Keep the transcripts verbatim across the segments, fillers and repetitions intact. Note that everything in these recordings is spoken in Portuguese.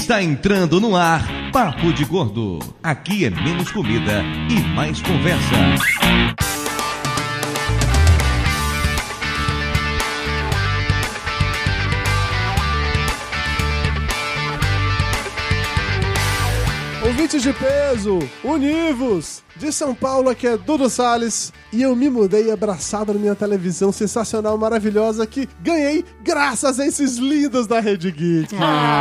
Está entrando no ar Papo de Gordo. Aqui é menos comida e mais conversa. Ouvintes de peso, univos! De São Paulo, aqui é Dudu Salles. E eu me mudei abraçado na minha televisão sensacional, maravilhosa, que ganhei graças a esses lindos da Rede Geek.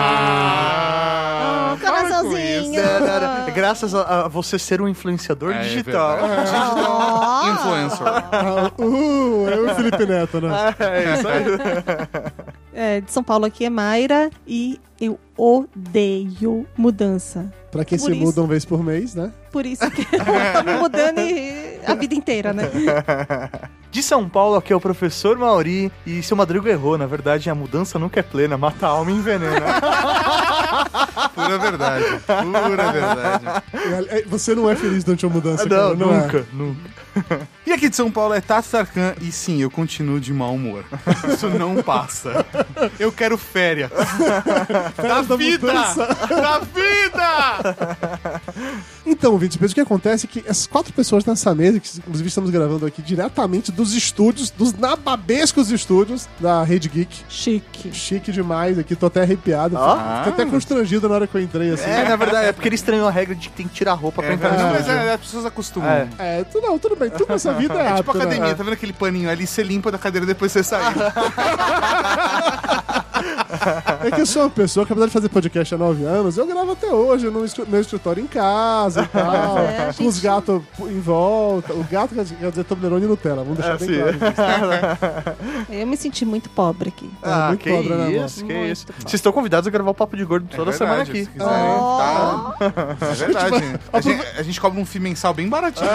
Ah, oh, coraçãozinho! Graças a, a você ser um influenciador é, digital. É digital influencer. Ah, uh, eu e o Felipe Neto, né? É isso aí. É, de São Paulo, aqui é Mayra. E eu odeio mudança. Pra quem Por se isso... muda uma vez por mês, né? Por isso que eu tô me mudando e... a vida inteira, né? De São Paulo, aqui é o professor Mauri. E seu Madruga errou, na verdade, a mudança nunca é plena, mata a alma e envenena. Pura verdade, pura verdade. Você não é feliz durante a mudança, não, cara, não nunca, é. nunca. E aqui de São Paulo é Tato Tarkan. E sim, eu continuo de mau humor. Isso não passa. Eu quero férias. Da vida! Da vida! Então, vídeo, o que acontece é que as quatro pessoas nessa mesa, que inclusive estamos gravando aqui diretamente dos estúdios, dos nababescos estúdios da Rede Geek. Chique. Chique demais aqui, tô até arrepiado. Ah. Fiquei até constrangido na hora que eu entrei, assim. É, na verdade, é porque ele estranhou a regra de que tem que tirar a roupa pra É, entrar no não, estúdio. mas é, as pessoas acostumam. É. É, tu, não, tudo bem, tudo nessa vida é É tipo apto, academia, né? tá vendo aquele paninho ali? Você limpa da cadeira depois você sai. É que eu sou uma pessoa que, apesar de fazer podcast há nove anos, eu gravo até hoje no meu escritório em casa e tal, É, com gente... os gatos em volta. O gato quer dizer Toblerone e Nutella, vamos deixar É, bem sim. claro. Eu me senti muito pobre aqui. Ah, muito que pobre, né, isso, que Muito isso. pobre. Vocês estão convidados a gravar o Papo de Gordo toda É semana verdade, aqui. se quiserem, tá? É verdade. A gente, a gente cobra um fee mensal bem baratinho.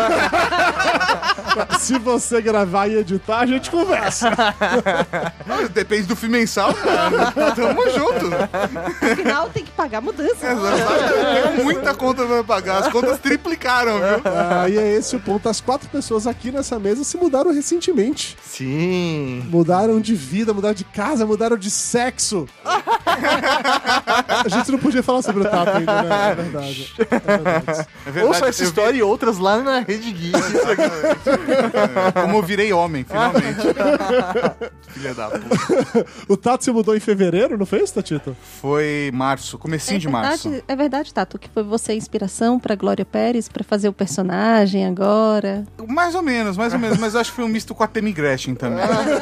Se você gravar e editar, a gente conversa. Depende do fee mensal, cara. Tamo junto. Afinal, tem que pagar a mudança. Tem muita conta pra pagar. As contas triplicaram, viu? Ah, e é esse o ponto. As quatro pessoas aqui nessa mesa se mudaram recentemente. Sim. Mudaram de vida, mudaram de casa, mudaram de sexo. A gente não podia falar sobre o Tato ainda, né? É verdade. É verdade. É verdade. Ouça essa Eu história vi- e outras lá na Rede Geek. Como eu virei homem, finalmente. Filha da puta. O Tato se mudou em fevereiro, não fez, Tatito? Foi março, comecinho É de março. verdade, é verdade, Tato, que foi você a inspiração pra Glória Pérez pra fazer o personagem agora. Mais ou menos, mais ou menos. Mas eu acho que foi um misto com a Tammy Gretchen também.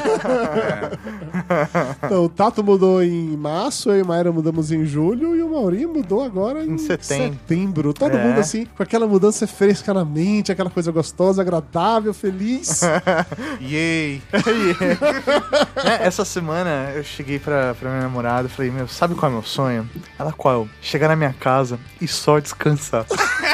Então, o Tato mudou em março, eu e a Mayra mudamos em julho e o Maurinho mudou agora em, Em setembro. setembro. Todo É. mundo assim, com aquela mudança fresca na mente, aquela coisa gostosa, agradável, feliz. Yay! É, essa semana eu cheguei pra, pra minha namorada e falei, meu, sabe qual é o meu sonho? Ela, qual? Chegar na minha casa e só descansar.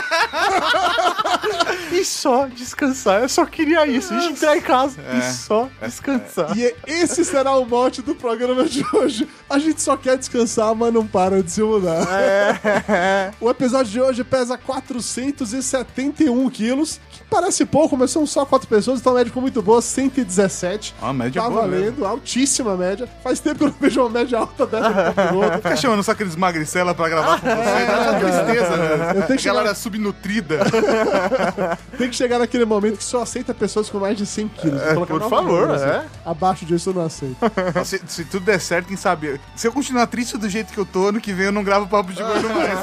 E só descansar. Eu só queria isso. A gente entrar em casa É. e só descansar. E esse será o mote do programa de hoje. A gente só quer descansar, mas não para de se mudar. É. O episódio de hoje pesa quatrocentos e setenta e um quilos, que parece pouco, mas são só quatro pessoas, então a média ficou muito boa, cento e dezessete. Ah, a média Tá boa valendo, mesmo. altíssima média. Faz tempo que eu não vejo uma média alta dessa no Papo Gordo. Fica chamando só aqueles magricela pra gravar com você. Dá uma tristeza, né? Eu tenho que A galera chegar- subnutrida. Tem que chegar naquele momento que só aceita pessoas com mais de cem quilos. Vou colocar por nove favor, quilos, é. assim. Abaixo disso eu não aceito. Se, se tudo der certo, quem sabe? Se eu continuar triste do jeito que eu tô, ano que vem eu não gravo Papo de Gordo mais.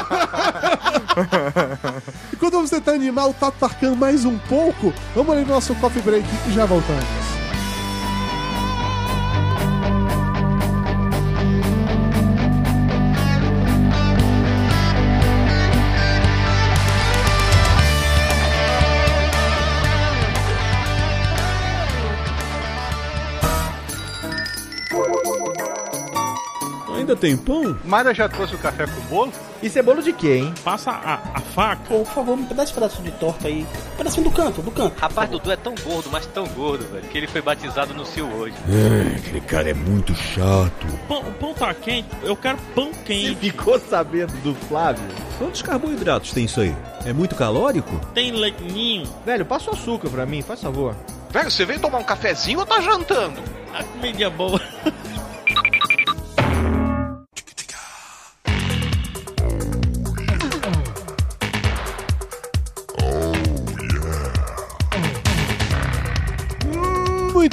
E quando você tá animar o Tato Tarkan mais um pouco, vamos ali no nosso coffee break e já voltamos. Ainda tem pão? Mayra já trouxe o café com bolo? Isso é bolo de quê, hein? Passa a, a faca. Pô, por favor, me dá esse pedaço de torta aí. Um pedacinho do canto, do canto. Rapaz, Dudu é tão gordo, mas tão gordo, velho, que ele foi batizado no Sil hoje. É, aquele cara é muito chato. Pão, o pão tá quente, eu quero pão quente. Ficou sabendo do Flávio? Quantos carboidratos tem isso aí? É muito calórico? Tem leitinho. Velho, passa o açúcar pra mim, faz favor. Velho, você veio tomar um cafezinho ou tá jantando? A comida é boa.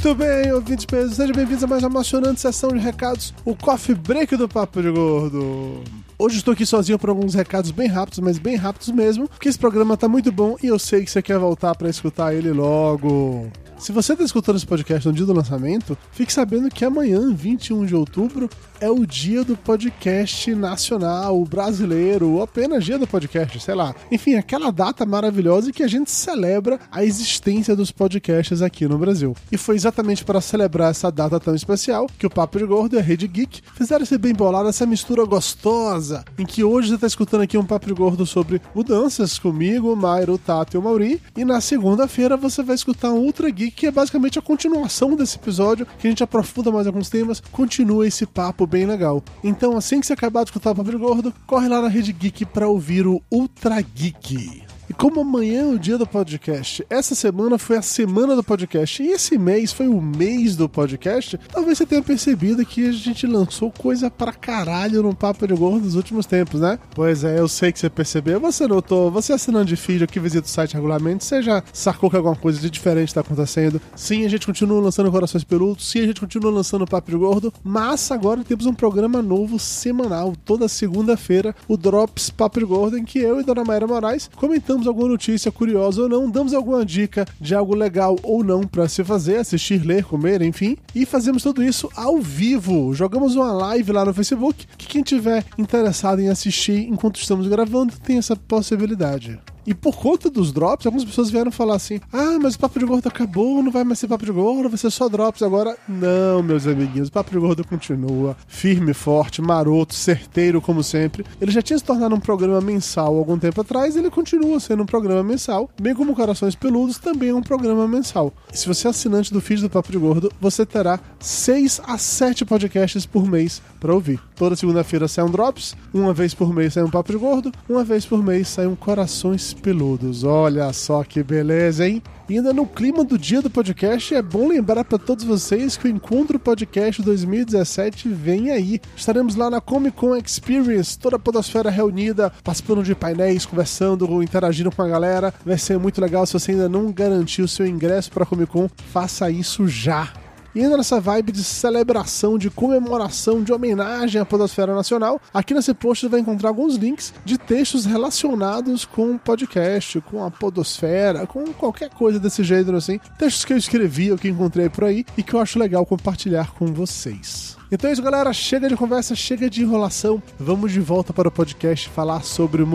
Muito bem, ouvintes pesos, sejam bem-vindos a mais uma emocionante sessão de recados, o Coffee Break do Papo de Gordo. Hoje estou aqui sozinho por alguns recados bem rápidos, mas bem rápidos mesmo, porque esse programa tá muito bom e eu sei que você quer voltar para escutar ele logo. Se você está escutando esse podcast no dia do lançamento, fique sabendo que amanhã, vinte e um de outubro, é o dia do podcast nacional, brasileiro, ou apenas dia do podcast, sei lá. Enfim, aquela data maravilhosa que a gente celebra a existência dos podcasts aqui no Brasil. E foi exatamente para celebrar essa data tão especial que o Papo de Gordo e a Rede Geek fizeram esse bem bolado, essa mistura gostosa, em que hoje você está escutando aqui um Papo de Gordo sobre mudanças comigo, o Mairo, o Tato e o Mauri, e na segunda-feira você vai escutar um Ultra Geek, que é basicamente a continuação desse episódio, que a gente aprofunda mais alguns temas, continua esse papo bem legal. Então, assim que você acabar de escutar o Papo de Gordo, corre lá na Rede Geek pra ouvir o Ultra Geek. E como amanhã é o dia do podcast, essa semana foi a semana do podcast e esse mês foi o mês do podcast, talvez você tenha percebido que a gente lançou coisa pra caralho no Papo de Gordo nos últimos tempos, né? Pois é, eu sei que você percebeu, você notou, você assinando de feed aqui, visita o site regularmente, você já sacou que alguma coisa de diferente tá acontecendo. Sim, a gente continua lançando Corações Peludos, sim, a gente continua lançando o Papo de Gordo, mas agora temos um programa novo semanal, toda segunda-feira, o Drops Papo de Gordo, em que eu e Dona Mayra Moraes comentamos alguma notícia curiosa ou não, damos alguma dica de algo legal ou não pra se fazer, assistir, ler, comer, enfim, e fazemos tudo isso ao vivo. Jogamos uma live lá no Facebook, que quem tiver interessado em assistir enquanto estamos gravando tem essa possibilidade. E por conta dos drops, algumas pessoas vieram falar assim: ah, mas o Papo de Gordo acabou, não vai mais ser Papo de Gordo, vai ser só drops agora. Não, meus amiguinhos, o Papo de Gordo continua firme, forte, maroto, certeiro como sempre. Ele já tinha se tornado um programa mensal há algum tempo atrás, ele continua sendo um programa mensal, bem como Corações Peludos também é um programa mensal. E se você é assinante do feed do Papo de Gordo, você terá seis a sete podcasts por mês para ouvir. Toda segunda-feira sai um drops, uma vez por mês sai um Papo de Gordo, uma vez por mês sai um Corações Peludos. Olha só que beleza, hein? E ainda no clima do dia do podcast, é bom lembrar para todos vocês que o Encontro Podcast dois mil e dezessete vem aí. Estaremos lá na Comic Con Experience, toda a podosfera reunida, participando de painéis, conversando, interagindo com a galera. Vai ser muito legal. Se você ainda não garantiu o seu ingresso para a Comic Con, faça isso já. E ainda nessa vibe de celebração, de comemoração, de homenagem à podosfera nacional, aqui nesse post você vai encontrar alguns links de textos relacionados com o podcast, com a podosfera, com qualquer coisa desse gênero assim. Textos que eu escrevi ou que encontrei por aí e que eu acho legal compartilhar com vocês. Então é isso, galera. Chega de conversa, chega de enrolação. Vamos de volta para o podcast falar sobre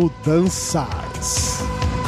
mudanças.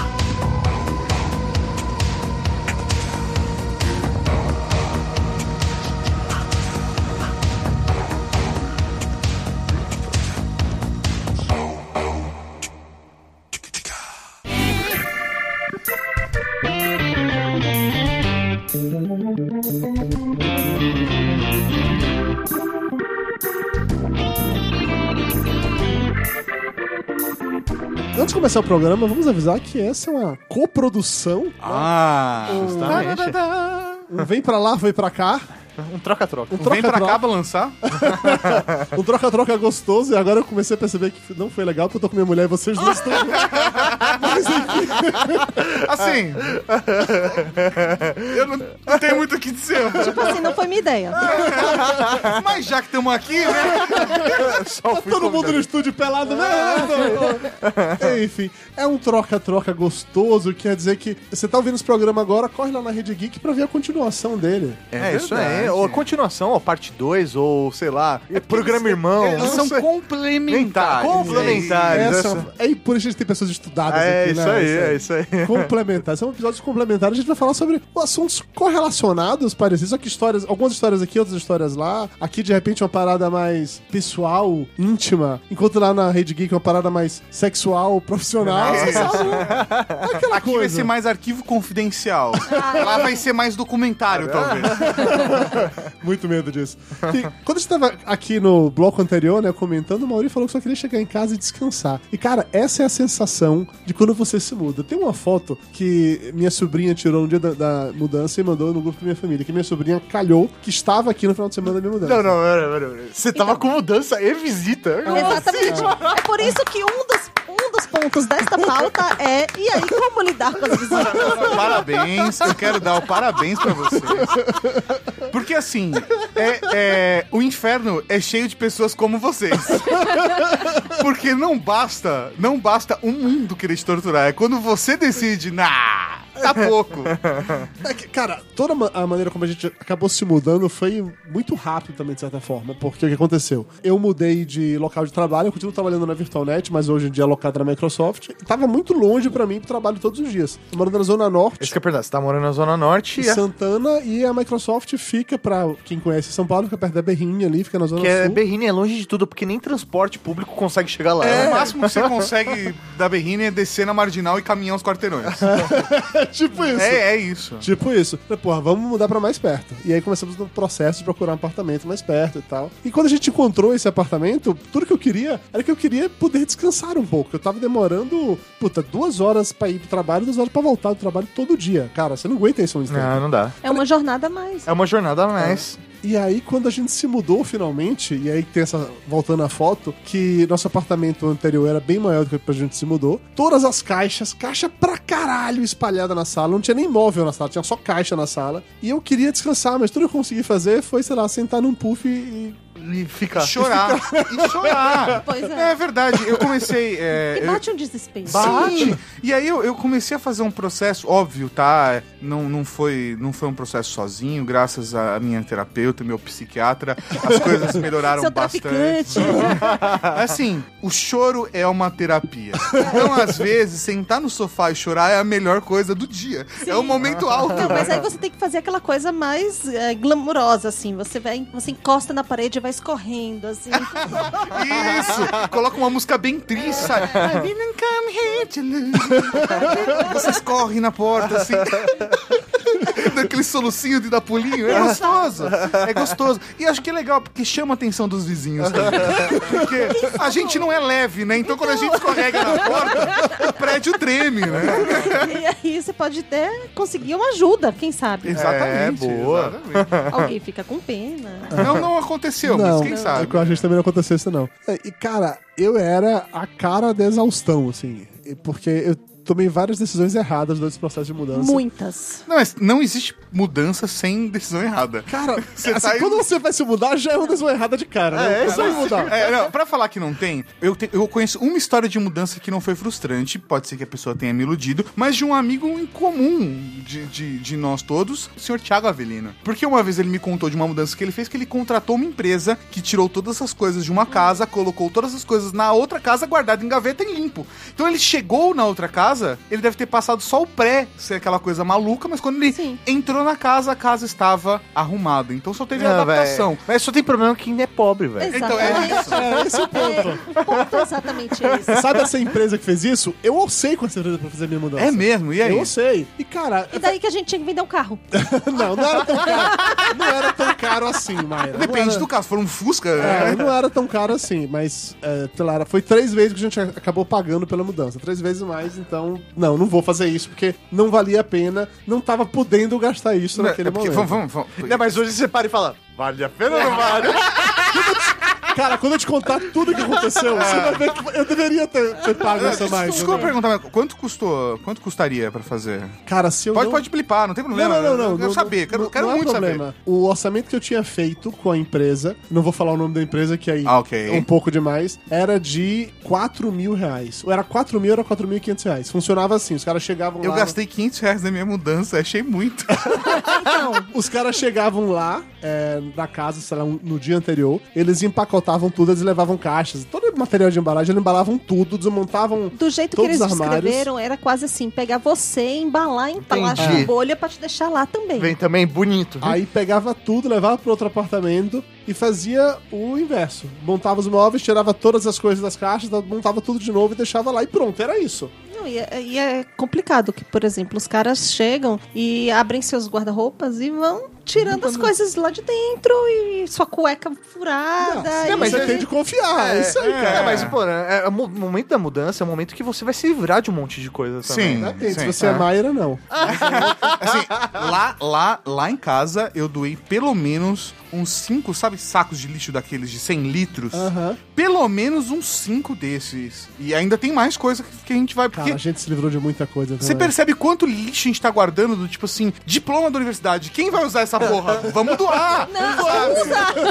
Antes de começar o programa, vamos avisar que essa é uma coprodução. Ah, né? justamente. Um vem pra lá, vem pra cá. Um troca-troca. Um Vem pra troca-troca. cá balançar. Um troca-troca gostoso. E agora eu comecei a perceber que não foi legal, porque eu tô com minha mulher e vocês dois estão. Mas enfim. Assim, eu não, não tenho muito o que dizer. Tipo assim, não foi minha ideia. Mas já que estamos aqui, né? Só Tá fui todo mundo convidado. no estúdio pelado mesmo. Enfim, é um troca-troca gostoso. Quer dizer que você tá ouvindo esse programa agora, corre lá na Rede Geek pra ver a continuação dele. É, isso verdade. aí. Ou a continuação, ou parte dois, ou sei lá, programa irmão. Eles não são sei. complementares. Complementares. Essa, essa- é e por isso a gente tem pessoas estudadas É aqui, isso né? aí, é isso aí. Complementares. São episódios complementares. A gente vai falar sobre assuntos correlacionados, parecidos. Só que histórias, algumas histórias aqui, outras histórias lá. Aqui, de repente, uma parada mais pessoal, íntima. Enquanto lá na Rede Geek, uma parada mais sexual, profissional. Você sabe, né? É aquela Aqui coisa. vai ser mais arquivo confidencial. Lá vai ser mais documentário, talvez. Muito medo disso. E quando a gente tava aqui no bloco anterior, né, comentando, o Mauri falou que só queria chegar em casa e descansar. E, cara, essa é a sensação de quando você se muda. Tem uma foto que minha sobrinha tirou no dia da, da mudança e mandou no grupo da minha família, que minha sobrinha calhou que estava aqui no final de semana da minha mudança. Não, não, pera, pera, pera. Você tava com mudança e visita. Exatamente. É por isso que um dos, um dos pontos desta pauta é, e aí, como lidar com as visitas? Parabéns, eu quero dar o parabéns pra vocês. Porque assim, é, é, o inferno é cheio de pessoas como vocês. Porque não basta, não basta um mundo querer te torturar. É quando você decide, nah, tá pouco. É que, cara, toda a maneira como a gente acabou se mudando foi muito rápido também, de certa forma. Porque o que aconteceu? Eu mudei de local de trabalho, eu continuo trabalhando na VirtualNet, mas hoje em dia é alocado na Microsoft. E tava muito longe pra mim pro trabalho todos os dias. Eu moro na Zona Norte. Isso que eu ia perguntar, você tá morando na Zona Norte em e a... Santana, e a Microsoft fica, pra quem conhece São Paulo, fica perto da Berrinha ali, fica na Zona Que é, Sul. Berrini é longe de tudo, porque nem transporte público consegue chegar lá. É, né? o máximo que você consegue da Berrini é descer na Marginal e caminhar uns quarteirões. Tipo isso. É, é isso. Tipo isso. Falei, porra, vamos mudar pra mais perto. E aí começamos no processo de procurar um apartamento mais perto e tal. E quando a gente encontrou esse apartamento, tudo que eu queria era que eu queria poder descansar um pouco. Eu tava demorando, puta, duas horas pra ir pro trabalho, duas horas pra voltar do trabalho todo dia. Cara, você não aguenta isso muito tempo. Não, não dá. É uma jornada a mais. É uma jornada a mais. E aí, quando a gente se mudou finalmente, e aí tem essa, voltando à foto, que nosso apartamento anterior era bem maior do que a gente se mudou, todas as caixas, caixa pra caralho espalhada na sala, não tinha nem móvel na sala, tinha só caixa na sala, e eu queria descansar, mas tudo que eu consegui fazer foi, sei lá, sentar num puff e... E ficar. Chorar. E chorar. Pois é. É verdade, eu comecei... É, E eu- bate um desespero. Bate. E aí eu, eu comecei a fazer um processo, óbvio, tá? Não, não, foi, não foi um processo sozinho, graças à minha terapeuta, meu psiquiatra, as coisas melhoraram Seu bastante. traficante. Assim, o choro é uma terapia. Então, às vezes, sentar no sofá e chorar é a melhor coisa do dia. É o momento alto. Não, mas aí você tem que fazer aquela coisa mais é, glamurosa, assim. Você vai, você encosta na parede e vai escorrendo, assim. Isso! Coloca uma música bem triste, sabe? I didn't come here to lose. Vocês correm na porta, assim. Daquele solucinho de dar pulinho. É gostoso. É gostoso. E acho que é legal, porque chama a atenção dos vizinhos também. Porque a gente não é leve, né? Então, quando a gente escorrega na porta, o prédio treme, né? E aí você pode até conseguir uma ajuda, quem sabe? Exatamente. É, boa. Exatamente. Alguém fica com pena. Não, não aconteceu, Não, mas quem sabe? é que a gente também não aconteceu isso, não. É, E, cara, eu era a cara da exaustão, assim, e- porque eu tomei várias decisões erradas durante esse processo de mudança. Muitas. Não, mas não existe mudança sem decisão errada. Cara, Você assim, tá indo- quando você vai se mudar, já é uma decisão errada de cara, né? É, Você vai mudar. É, não, pra falar que não tem, eu, te- eu conheço uma história de mudança que não foi frustrante, pode ser que a pessoa tenha me iludido, mas de um amigo em comum de, de, de nós todos, o senhor Thiago Avelino. Porque uma vez ele me contou de uma mudança que ele fez, que ele contratou uma empresa que tirou todas as coisas de uma casa, colocou todas as coisas na outra casa, guardado em gaveta e limpo. Então ele chegou na outra casa, ele deve ter passado só o pré, ser aquela coisa maluca, mas quando ele Sim. entrou na casa, a casa estava arrumada. Então só teve a Não, adaptação. véi. Mas só tem problema quem é pobre, velho. Então é isso. É, esse é o ponto. É, o ponto é exatamente esse. Sabe essa empresa que fez isso? Eu orcei com essa empresa pra fazer minha mudança. É mesmo? E aí? Eu orcei. E, cara, E daí que a gente tinha que vender um carro. não, não era tão caro. Não era tão caro assim, Mayra. Não Depende era- do caso. Se for um Fusca, É, né? não era tão caro assim, mas, é, sei lá, foi três vezes que a gente acabou pagando pela mudança. Três vezes mais, então, não, não vou fazer isso, porque não valia a pena, não tava podendo gastar isso naquele É porque, momento. vamos, vamos, vamos. Não, mas hoje você para e fala, vale a pena ou não vale? Cara, quando eu te contar tudo o que aconteceu, você vai ver que eu deveria ter, ter pago essa mais. Desculpa né? perguntar, mas quanto custou? Quanto custaria pra fazer? Cara, se eu Pode, não... pode blipar, não tem Não, problema. não, não, Eu não. quero não, saber, quero, não, quero não muito é saber. problema. O orçamento que eu tinha feito com a empresa, não vou falar o nome da empresa, que aí Ah, ok. é um pouco demais, era de quatro mil reais. Ou era quatro mil, ou era quatro mil e quinhentos reais. Funcionava assim, os caras chegavam Eu lá... gastei quinhentos reais na minha mudança, achei muito. Os caras chegavam lá, é, na casa, sei lá, um- no dia anterior, eles empacotavam tudo, eles levavam caixas, todo o material de embalagem, eles embalavam tudo, desmontavam Do jeito que todos eles os armários. descreveram, era quase assim, pegar você, embalar em plástico Entendi. bolha pra te deixar lá também. Vem também bonito, viu? Aí pegava tudo, levava pro outro apartamento e fazia o inverso. Montava os móveis, tirava todas as coisas das caixas, montava tudo de novo e deixava lá e pronto, era isso. Não, e, é, e é complicado que, por exemplo, os caras chegam e abrem seus guarda-roupas e vão tirando as coisas lá de dentro e sua cueca furada. Não, e... mas você tem de confiar, é isso aí, É, cara. mas, pô, né, é, o mo- momento da mudança é o momento que você vai se livrar de um monte de coisa também. Sim. Depende, se sim. você é Mayra, não. Assim, lá, lá, lá em casa, eu doei pelo menos uns cinco, sabe, sacos de lixo daqueles de cem litros? Aham. Pelo menos uns cinco desses. E ainda tem mais coisa que, que a gente vai... Porque Cara, a gente se livrou de muita coisa. você também. percebe quanto lixo a gente tá guardando do tipo assim, diploma da universidade. Quem vai usar essa porra? Vamos doar! Não, sabe?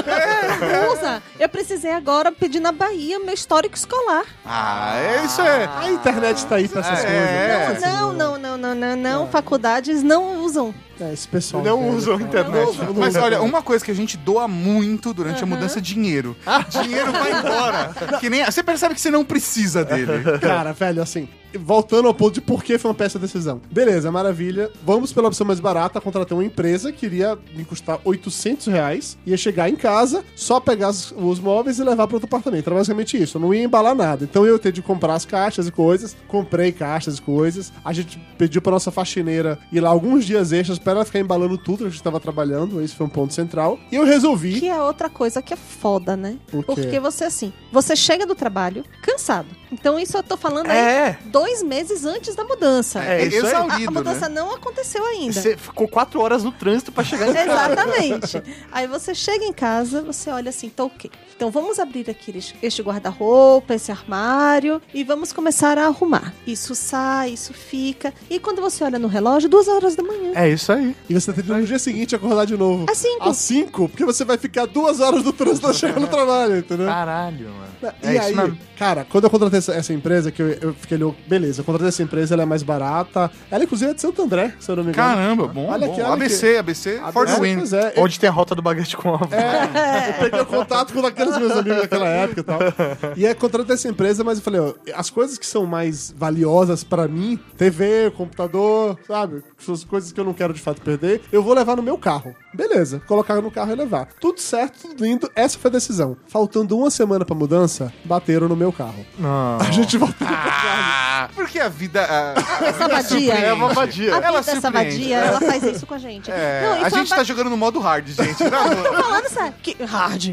usa! Usa! Eu precisei agora pedir na Bahia meu histórico escolar. Ah, é isso é. A internet tá aí pra essas É. coisas. Não, não, não, não, não, não. Faculdades não usam. É, esse pessoal. Não velho. usam a internet. Não, não Mas usa. olha, uma coisa que a gente doa muito durante a mudança é dinheiro. Dinheiro vai embora. Que nem, você percebe que você não precisa dele. Cara, velho, assim, voltando ao ponto de por que foi uma péssima decisão. Beleza, maravilha. Vamos pela opção mais barata, contratei uma empresa que iria me custar oitocentos reais, ia chegar em casa, só pegar os, os móveis e levar para outro apartamento. Era basicamente isso, eu não ia embalar nada. Então eu ia ter de comprar as caixas e coisas, comprei caixas e coisas, a gente pediu pra nossa faxineira ir lá alguns dias extras pra ela ficar embalando tudo que a gente tava trabalhando, esse foi um ponto central. E eu resolvi... Que é outra coisa que é foda, né? O quê? Porque você, assim, você chega do trabalho cansado. Então isso eu tô falando aí É. dois meses antes da mudança. É, isso aí. A, exaurido, a mudança né? não aconteceu ainda. Você ficou quatro horas no trânsito pra chegar em casa. Exatamente. Aí você chega em casa, você olha assim, tá ok. Então vamos abrir aqui este- este guarda-roupa, esse armário e vamos começar a arrumar. Isso sai, isso fica. E quando você olha no relógio, duas horas da manhã. É isso aí. E você tem que no dia seguinte acordar de novo. Às cinco. Às cinco? Porque você vai ficar duas horas no trânsito pra chegar no trabalho, entendeu? Caralho, mano. E É isso aí, mesmo. cara, quando eu contratei essa, essa empresa, que eu, eu fiquei louco, beleza, eu contratei essa empresa, ela é mais barata. Ela, inclusive, é de Santo André, se eu não me engano. Caramba, bom, Olha bom. aqui, olha A B C, A B C, for the É, win. pois é, Onde tem a rota do baguete com ovo. eu peguei o contato com aqueles meus amigos daquela época e tal. E aí, contratei essa empresa, mas eu falei, ó, as coisas que são mais valiosas pra mim, T V, computador, sabe? Essas coisas que eu não quero de fato perder, eu vou levar no meu carro. Beleza, colocar no carro e levar. Tudo certo, tudo lindo, essa foi a decisão. Faltando uma semana pra mudança, bateram no meu carro. Não. A gente voltou. Ah, porque a vida... A, Essa vadia. É uma vadia. A Ela vida dessa surpreende. vadia, ela faz isso com a gente. É, Não, e a foi gente uma tá jogando no modo hard, gente. Não, Tô falando sério. Que... Hard.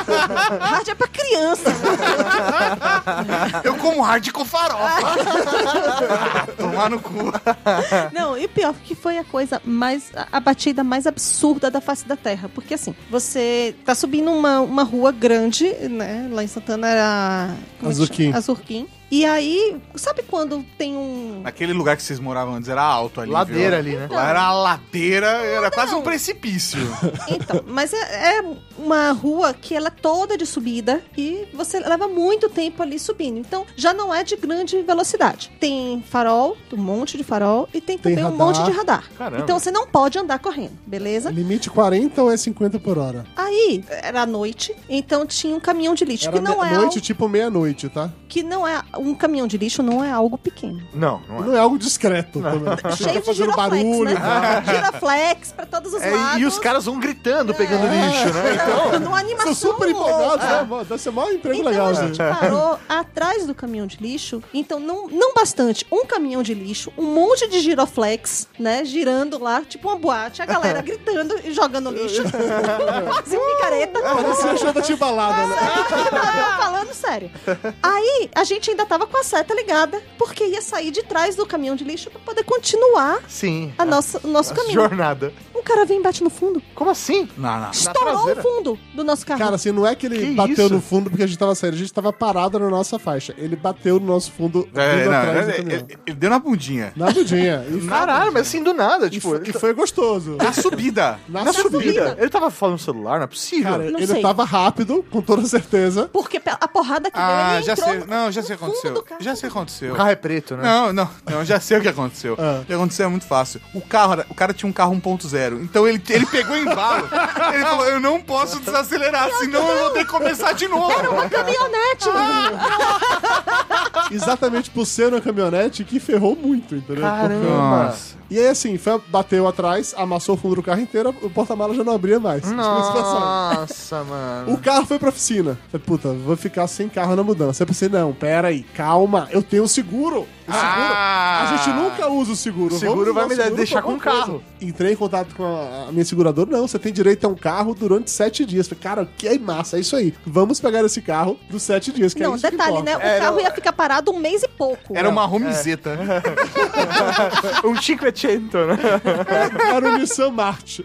Hard é pra criança. eu como hard com farofa. Tomar no cu. Não, e pior que foi a coisa mais... A batida mais absurda da face da Terra. Porque assim, você tá subindo uma, uma rua grande, né? Lá em Santana era... como é que Azurquim. chama? Azurquim. E aí, sabe quando tem um... Naquele lugar que vocês moravam antes era alto ali. Ladeira viu? ali, né? Lá era a ladeira, era quase um precipício. Então, mas é, é uma rua que ela é toda de subida e você leva muito tempo ali subindo. Então, já não é de grande velocidade. Tem farol, um monte de farol, e tem Tem também um radar. monte de radar. Caramba. Então, você não pode andar correndo, beleza? Limite quarenta ou é cinquenta por hora? Aí, era à noite, então tinha um caminhão de lixo, Era que não, me- é noite, algo, tipo meia-noite, tá? que não é... Um caminhão de lixo não é algo pequeno. Não, não é. Não é algo discreto. também. Cheio Tá de fazendo giroflex, barulho. né? Giroflex pra todos os É, lados. e os caras vão gritando, pegando lixo, né? Então, Numa animação São super empolgados, louca. né? Mano, deve ser maior emprego Então legal, a gente. gente parou atrás do caminhão de lixo. Então não, não bastante um caminhão de lixo, um monte de giroflex, né? Girando lá, tipo uma boate, a galera gritando e jogando lixo. Quase picareta. Parecia show da Timbalada, né? Não, falando sério. Aí a gente ainda tava com a seta ligada, porque ia sair de trás do caminhão de lixo pra poder continuar sim. a nossa, o nosso A caminho. jornada. Um cara vem e bate no fundo. Como assim? Não, não. Estourou traseira? o fundo do nosso carro. Cara, assim, não é que ele Que bateu isso? no fundo porque a gente tava saindo, a gente tava parado na nossa faixa. Ele bateu no nosso fundo É, vindo não, atrás do ele, caminhão. ele- ele deu na bundinha. Na budinha. E, Caralho, mas assim do nada, e, tipo, foi, ele e tá- foi gostoso. Na subida. Na, na subida. subida. Ele tava falando no celular, não é possível. Cara, Não ele sei. tava rápido, com toda certeza. Porque pe- a porrada que Ah, deu, ele já entrou sei. Não, já no sei o que fundo do aconteceu. carro. Já sei o que aconteceu. o carro é preto, né? Não, não, não, já sei o que aconteceu. Ah. O que aconteceu é muito fácil. O carro, era- o cara tinha um carro um ponto zero. Então ele, ele pegou embalo. Ele falou: eu não posso desacelerar, senão eu vou ter que começar de novo. Era uma caminhonete. Exatamente por ser uma caminhonete que ferrou muito, entendeu? Caramba. Nossa. E aí, assim, foi, bateu atrás, amassou o fundo do carro inteiro, o porta-malas já não abria mais. Tipo, situação. Nossa, mano. O carro foi pra oficina. Falei, puta, vou ficar sem carro na mudança. Eu pensei, não, pera aí, calma, eu tenho seguro. O seguro, Ah. a gente nunca usa o seguro. O seguro Vamos vai usar me o seguro deixar pra com alguma o carro. coisa. Entrei em contato com a, a minha seguradora. Não, você tem direito a um carro durante sete dias. Falei, cara, que é massa, é isso aí. Vamos pegar esse carro dos sete dias, que Não, é isso que detalhe, importa. né? O É, carro não, ia ficar parado um mês e pouco. Era uma homezeta. Um cinquecento, né? Era o Nissan March.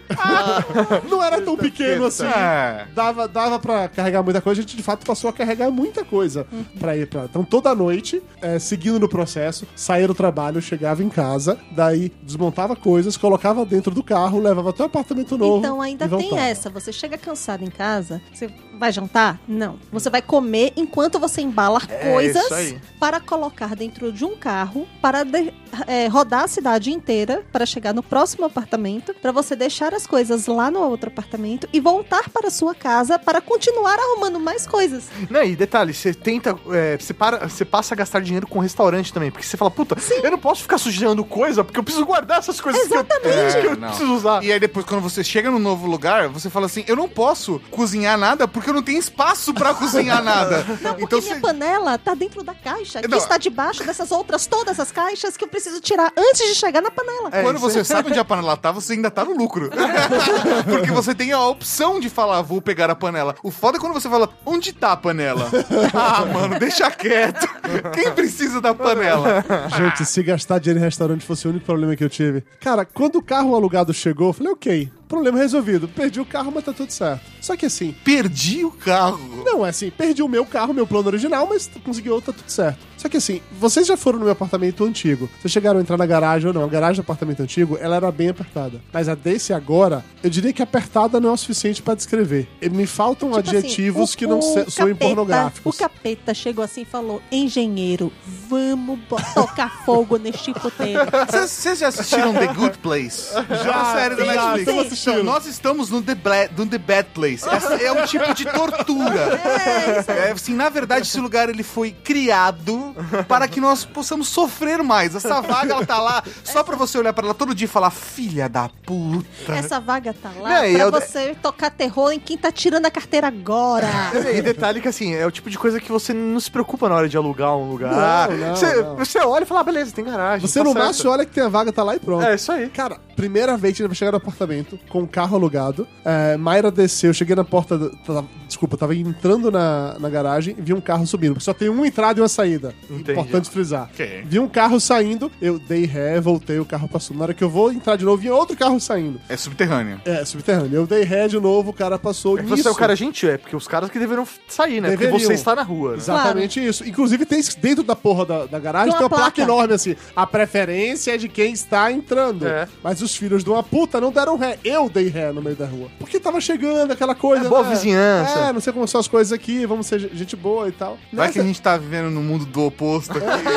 Não era tão pequeno assim. É. Dava, dava pra carregar muita coisa. A gente, de fato, passou a carregar muita coisa pra ir pra... Então, toda noite, é, seguindo no processo, saía do trabalho, chegava em casa, daí desmontava coisas, colocava dentro do carro, levava até o apartamento novo. Então ainda e tem voltava. essa. Você chega cansado em casa, você vai jantar? Não. Você vai comer enquanto você embala É, coisas isso aí. para colocar dentro de um carro, para de- é, rodar a cidade inteira, para chegar no próximo apartamento, para você deixar as coisas lá no outro apartamento e voltar para a sua casa para continuar arrumando mais coisas. Não, e detalhe, você tenta. é, você, para, você passa a gastar dinheiro com restaurante também. Porque você fala, puta, eu não posso ficar sujando coisa, porque eu preciso guardar essas coisas que eu, Exatamente. que eu É, não. preciso usar. E aí depois, quando você chega num novo lugar, você fala assim, eu não posso cozinhar nada porque eu não tenho espaço pra cozinhar nada. Não, porque Então minha você... panela tá dentro da caixa, que Não. está debaixo dessas outras, todas as caixas que eu preciso tirar antes de chegar na panela. É, Quando isso você sabe onde a panela tá, você ainda tá no lucro. Porque você tem a opção de falar, vou pegar a panela. O foda é quando você fala, onde tá a panela? Ah, mano, deixa quieto. Quem precisa da panela? Gente, se gastar dinheiro em restaurante fosse o único problema que eu tive. Cara, quando o carro alugado chegou, eu falei, ok, problema resolvido. Perdi o carro, mas tá tudo certo. Só que assim, Perdi o carro. não é assim, perdi o meu carro, meu plano original, mas consegui outro, tá tudo certo. Só que assim, vocês já foram no meu apartamento antigo. Vocês chegaram a entrar na garagem ou não? A garagem do apartamento antigo, ela era bem apertada. Mas a desse agora, eu diria que apertada não é o suficiente pra descrever. E me faltam Tipo adjetivos assim, o- que não o se- soem capeta- pornográficos. O capeta chegou assim e falou: engenheiro, vamos bo- tocar fogo neste puteiro. Vocês vocês já assistiram The Good Place? Já. A série da sim, Netflix. estamos assistindo. Então, nós estamos no The, Bla- no The Bad Place. Essa é um tipo de tortura. É, assim, na verdade, esse lugar ele foi criado para que nós possamos sofrer mais. Essa vaga, ela tá lá só pra você olhar pra ela todo dia e falar, filha da puta. Essa vaga tá lá Não, e pra eu- você tocar terror em quem tá tirando a carteira agora. E detalhe que assim, é o tipo de coisa que você não se preocupa na hora de alugar um lugar. Não, não, você, não. você olha e fala, ah, beleza, tem garagem. Você tá no certo. máximo olha que tem a vaga, tá lá e pronto. É, isso aí. Cara, primeira vez que a gente vai chegar no apartamento com o carro alugado, é, Mayra desceu, eu cheguei na porta, do, tava- desculpa, eu tava entrando na, na garagem e vi um carro subindo, porque só tem uma entrada e uma saída. Entendi. Importante frisar. Ok. Vi um carro saindo, eu dei ré, voltei, o carro passou. Na hora que eu vou entrar de novo, vi outro carro saindo. É subterrâneo. É, subterrâneo. Eu dei ré de novo, o cara passou. É que Nisso, você é o cara gentil, é porque os caras que deveriam sair, né? Deveriam. Porque você está na rua. Né? Exatamente isso. Inclusive, tem dentro da porra da, da garagem, Tem tem uma uma placa. placa. enorme assim. A preferência é de quem está entrando. É. Mas os filhos de uma puta não deram ré. Eu dei ré no meio da rua. Porque tava chegando aquela coisa. É boa né? vizinhança. É, não sei como são as coisas aqui, vamos ser gente boa e tal. Vai Nessa- que a gente tá vivendo no mundo do oposto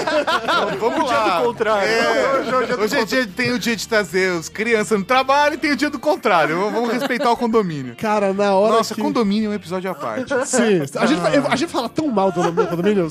aqui. Vamos dia lá. do contrário. É, Hoje é o dia do hoje é dia, tem o dia de trazer os crianças no trabalho e tem o dia do contrário. Vamos respeitar o condomínio. Cara, na hora Nossa, que... condomínio é um episódio à parte. Sim, a gente, vai- a gente fala tão mal do meu condomínio.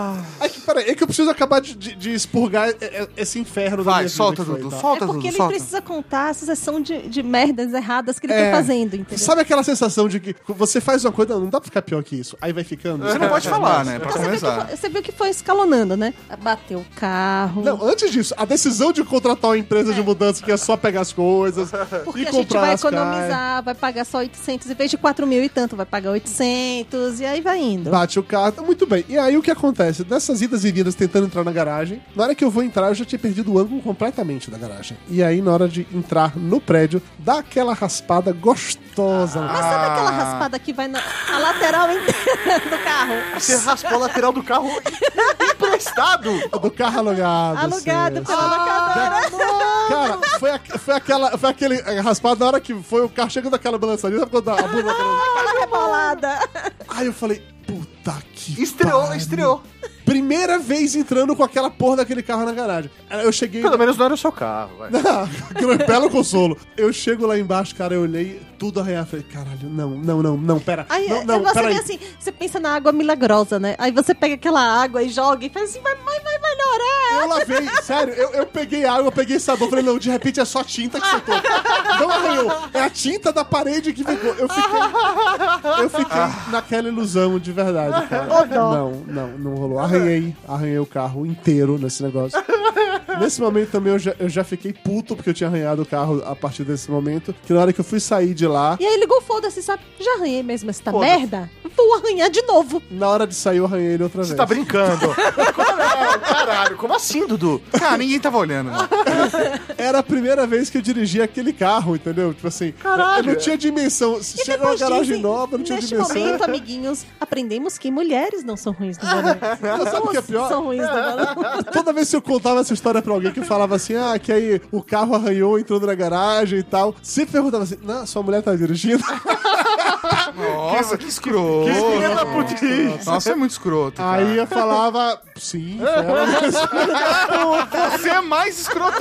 É que, peraí, é que eu preciso acabar de, de- de expurgar e- e- esse inferno da Vai, minha solta, vida que foi, Dudu, tá? solta, É porque Dudu, ele solta. precisa contar a sucessão de, de merdas erradas que ele É. tá fazendo, entendeu? Sabe aquela sensação de que você faz uma coisa, não dá pra ficar pior que isso. Aí vai ficando. Você não pode falar, né? Pra Então, você, viu que começar. foi, você viu que foi escalonando, né? Bateu o carro. Não, antes disso, a decisão de contratar uma empresa de mudança que é só pegar as coisas Porque e a gente comprar vai as caras. economizar, vai pagar só oitocentos, em vez de quatro mil e tanto, vai pagar oitocentos, e aí vai indo. Bate o carro, tá muito bem. E aí o que acontece? Nessas idas e vindas tentando entrar na garagem, na hora que eu vou entrar, eu já tinha perdido o ângulo completamente da garagem. E aí, na hora de entrar no prédio, dá aquela raspada gostosa. Mas sabe aquela raspada que vai na a lateral inteira do carro? Você raspou a lateral do carro emprestado. Do carro alugado. Alugado assim. pela locadora. Cara, foi, a- foi aquela. Foi aquele eh, raspado na hora que foi o carro chegando daquela balançadinha, sabe quando a bunda daquela... Aquela rebolada. Aí eu falei, puta que Estreou, pariu. estreou. Primeira vez entrando com aquela porra daquele carro na garagem. Aí eu cheguei... Pelo menos não era o seu carro, vai. Que belo consolo. Eu chego lá embaixo, cara, eu olhei tudo arrear. Falei, caralho, não, não, não, não, pera. Aí não, não, você pera vê aí. assim, você pensa na água milagrosa, né? Aí você pega aquela água e joga e faz assim, vai, vai, vai melhorar. eu lavei, sério, eu, eu peguei água, eu peguei sabão, falei, não, de repente é só tinta que soltou. Não arranhou, é a tinta da parede que ficou. Eu fiquei, eu fiquei naquela ilusão de verdade, cara. Não, não, não rolou. Arranhei, arranhei o carro inteiro nesse negócio. Nesse momento também eu já, eu já fiquei puto porque eu tinha arranhado o carro a partir desse momento, que na hora que eu fui sair de lá... E aí ligou, foda-se, sabe? Já arranhei mesmo essa merda? Vou arranhar de novo. Na hora de sair eu arranhei ele outra Você vez. tá brincando? Como é? Caralho, como assim, Dudu? Cara, ninguém tava olhando, mano. Era a primeira vez que eu dirigia aquele carro, entendeu? Tipo assim, Caralho. eu não tinha dimensão. E Chega uma depois garagem dizem, nova, não tinha neste dimensão. momento, amiguinhos, aprendemos que mulheres não são ruins no volante. Sabe o que é pior? São ruins no volante. Toda vez que eu contava essa história pra alguém que falava assim, ah, que aí o carro arranhou, entrou na garagem e tal, sempre perguntava assim, não, sua mulher tá dirigindo? Nossa, que escroto. Que filha da putice. Nossa, é muito escroto, cara. Aí eu falava, sim, foi ela mesmo. Você é mais escroto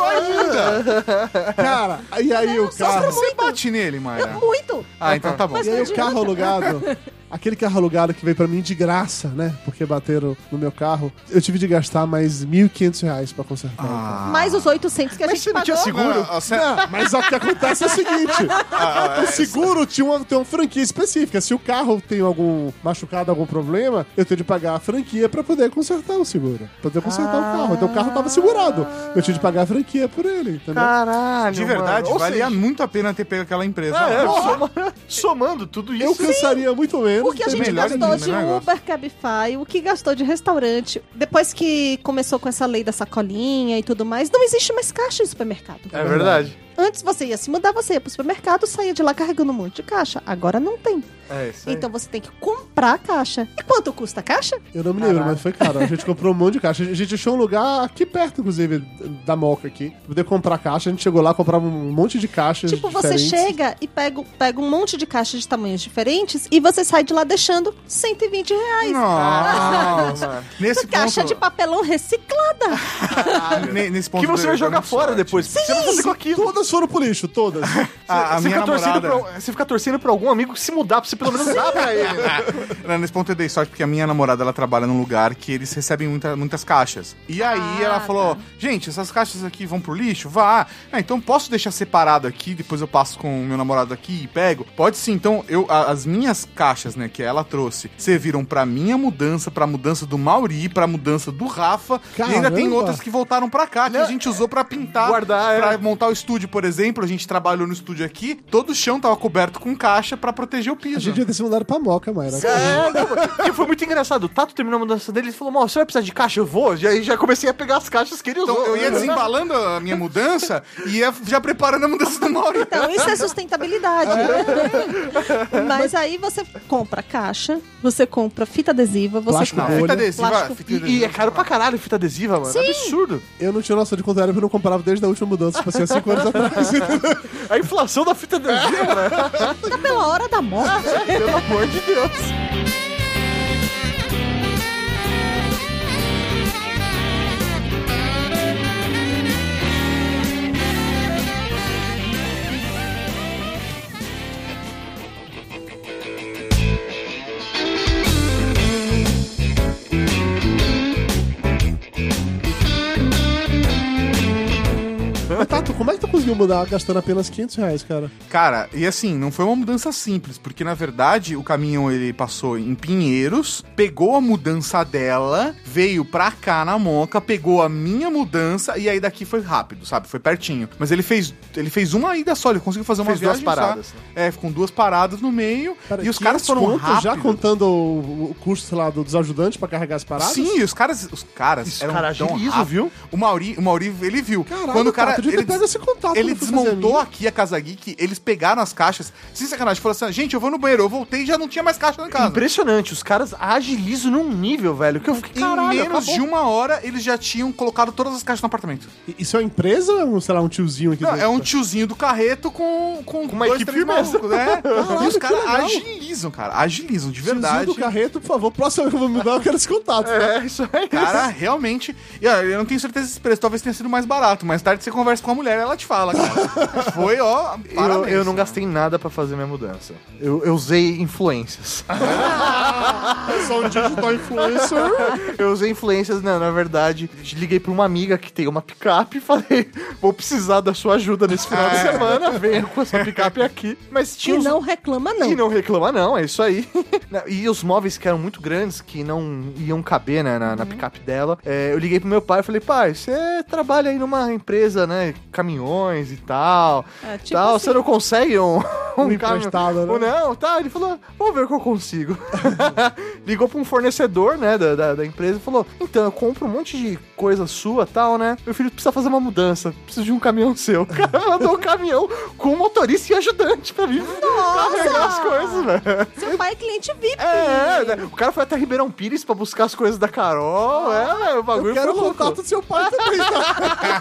ainda. Cara, e aí o carro... Você bate nele, Mayra? Muito. Ah, então tá bom. Mas E aí não o carro alugado, aquele carro alugado que veio pra mim de graça, né? Porque bateram no meu carro, eu tive de gastar mais mil e quinhentos reais pra consertar. o carro. Mais os oitocentos que a Mas gente você não pagou. tinha seguro? Não, você- Não, mas o que acontece é o seguinte: Ah, o seguro tinha uma, tem uma franquia específica. Se o carro tem algum machucado, algum problema, eu tenho de pagar a franquia pra poder consertar o seguro. Pra poder consertar o carro. Então o carro tava segurado. Eu tinha de pagar a franquia por ele, entendeu? Caralho, De verdade, mano. Ou valia seja, muito a pena ter pego aquela empresa. é, lá. soma- somando tudo isso. eu cansaria muito menos. Porque a gente melhor gastou ainda, de né, negócio? Uber, Cabify, o que gastou de restaurante. Depois que começou com essa lei da sacolinha e tudo mais, não existe mais caixa em supermercado. É verdade. Antes você ia se mudar, você ia pro supermercado, saía de lá carregando um monte de caixa. Agora não tem. É isso aí. Então você tem que comprar a caixa. E quanto custa a caixa? Eu não me lembro, mas foi caro. A gente comprou um monte de caixa. A gente achou um lugar aqui perto, inclusive, da Moca aqui. Pra poder comprar caixa. A gente chegou lá, comprava um monte de caixas Tipo, você diferentes. chega e pega, pega um monte de caixas de tamanhos diferentes e você sai de lá deixando cento e vinte reais. Nossa. Nesse Caixa ponto, de papelão reciclada. ne- nesse ponto Que você eu- vai eu jogar dou fora sorte. depois. Você vai fazer com aquilo. Todas foram pro lixo, todas. A, a Você minha fica, torcendo namorada... pra, você fica torcendo pra algum amigo se mudar, pra você pelo menos dar pra ele. né? Não, nesse ponto eu dei sorte porque a minha namorada, ela trabalha num lugar que eles recebem muita, muitas caixas. E aí Ah, ela falou, tá. gente, essas caixas aqui vão pro lixo? Vá. Ah, então posso deixar separado aqui, depois eu passo com o meu namorado aqui e pego? Pode sim. Então, eu, a- as minhas caixas, né, que ela trouxe, serviram pra minha mudança, pra mudança do Mauri, pra mudança do Rafa. E ainda tem Caramba! outras que voltaram pra cá, que a gente usou pra pintar, Guardar, é. pra montar o estúdio, por exemplo. A gente trabalhou no estúdio aqui, todo o chão tava coberto com caixa pra proteger o piso. A gente ia ter se mudado pra Moca, Mayra. É, não, porque foi muito engraçado. O Tato terminou a mudança dele e falou: Mó, você vai precisar de caixa? Eu vou. E aí já comecei a pegar as caixas que ele usou. Então, eu ia desembalando a minha mudança e ia já preparando a mudança do Mauri. Então, isso é sustentabilidade. Mas aí você compra caixa, você compra fita adesiva, você Plástico compra... Não, fita Bolha. adesiva, Plástico. fita E, adesiva. e é caro pra caralho fita adesiva, mano. Absurdo. Eu não tinha noção de quanto era, porque eu não comprava desde a última mudança, tipo assim, há cinco anos atrás. A inflação da fita adesiva, né? Tá pela hora da morte. Pelo amor de Deus. Mas, Tato, como é que tu conseguiu mudar gastando apenas quinhentos reais, cara? Cara, e assim, não foi uma mudança simples, porque na verdade o caminhão ele passou em Pinheiros, pegou a mudança dela, veio pra cá na Moca, pegou a minha mudança e aí daqui foi rápido, sabe? Foi pertinho. Mas ele fez, ele fez uma ida só, ele conseguiu fazer uma Fez duas viagem paradas, só. né? É, com duas paradas no meio Pera, e os caras quinhentos foram conto rápidos. já contando o, o custo, sei lá, do- dos ajudantes pra carregar as paradas? Sim, e os caras, os caras Esse eram cara tão agiliza, rápidos. viu? O Mauri, o Mauri, ele viu. Caralho, Quando o cara, Tato, devia ter ele, pego esse contato ele quando foi fazer a desmontou minha. aqui a Casa Geek, eles pegaram as caixas, sem sacanagem, falou assim, gente, eu vou no banheiro, eu voltei e já não tinha mais caixa na casa. Impressionante. Os caras agilizam num nível, velho, que eu fiquei, Em caralho, menos acabou. de uma hora, eles já tinham colocado todas as caixas no apartamento. E- Isso é uma empresa ou é um, sei lá, um tiozinho aqui Não, dentro? é um tiozinho do carreto com, com, Com uma dois, equipe três mesmo. malucos, né? Caralho, E os que caras legal. agilizam, cara. Agilizam, de Tiozinho verdade. do carreto, por favor, próxima vez que eu vou mudar, eu quero esse contato. É, isso aí. Cara, realmente. E, ó, eu não tenho certeza desse preço, talvez tenha sido mais barato. Mais tarde você conversa com a mulher, ela te fala, cara. Foi, ó. Eu, Parabéns, eu não né? gastei nada pra fazer minha mudança. Eu, eu usei influências. Eu sou um digital influencer. Eu usei influências, né? Na verdade, liguei pra uma amiga que tem uma picape e falei, vou precisar da sua ajuda nesse final de semana, venha com essa picape aqui. Mas tinha E os... não reclama, não. E não reclama não, é isso aí. E os móveis que eram muito grandes, que não iam caber, né, na, na picape dela, é, eu liguei pro meu pai e falei, pai, você trabalha aí numa empresa, né, caminhões e tal, É, tipo tal, assim. você não consegue um, um, Um caminhão? emprestado, né? Ou não, tá, ele falou, vamos ver o que eu consigo. Ligou pra um fornecedor, né, da, da, da empresa e falou, então, eu compro um monte de coisa sua e tal, né, meu filho precisa fazer uma mudança, preciso de um caminhão seu. O cara mandou um caminhão com um motorista e ajudante pra mim carregar as coisas, velho. Seu pai é cliente V I P. É, né? O cara foi até Ribeirão Pires pra buscar as coisas da Carol. É, o bagulho Eu quero foi o louco. contato do seu pai também, tá?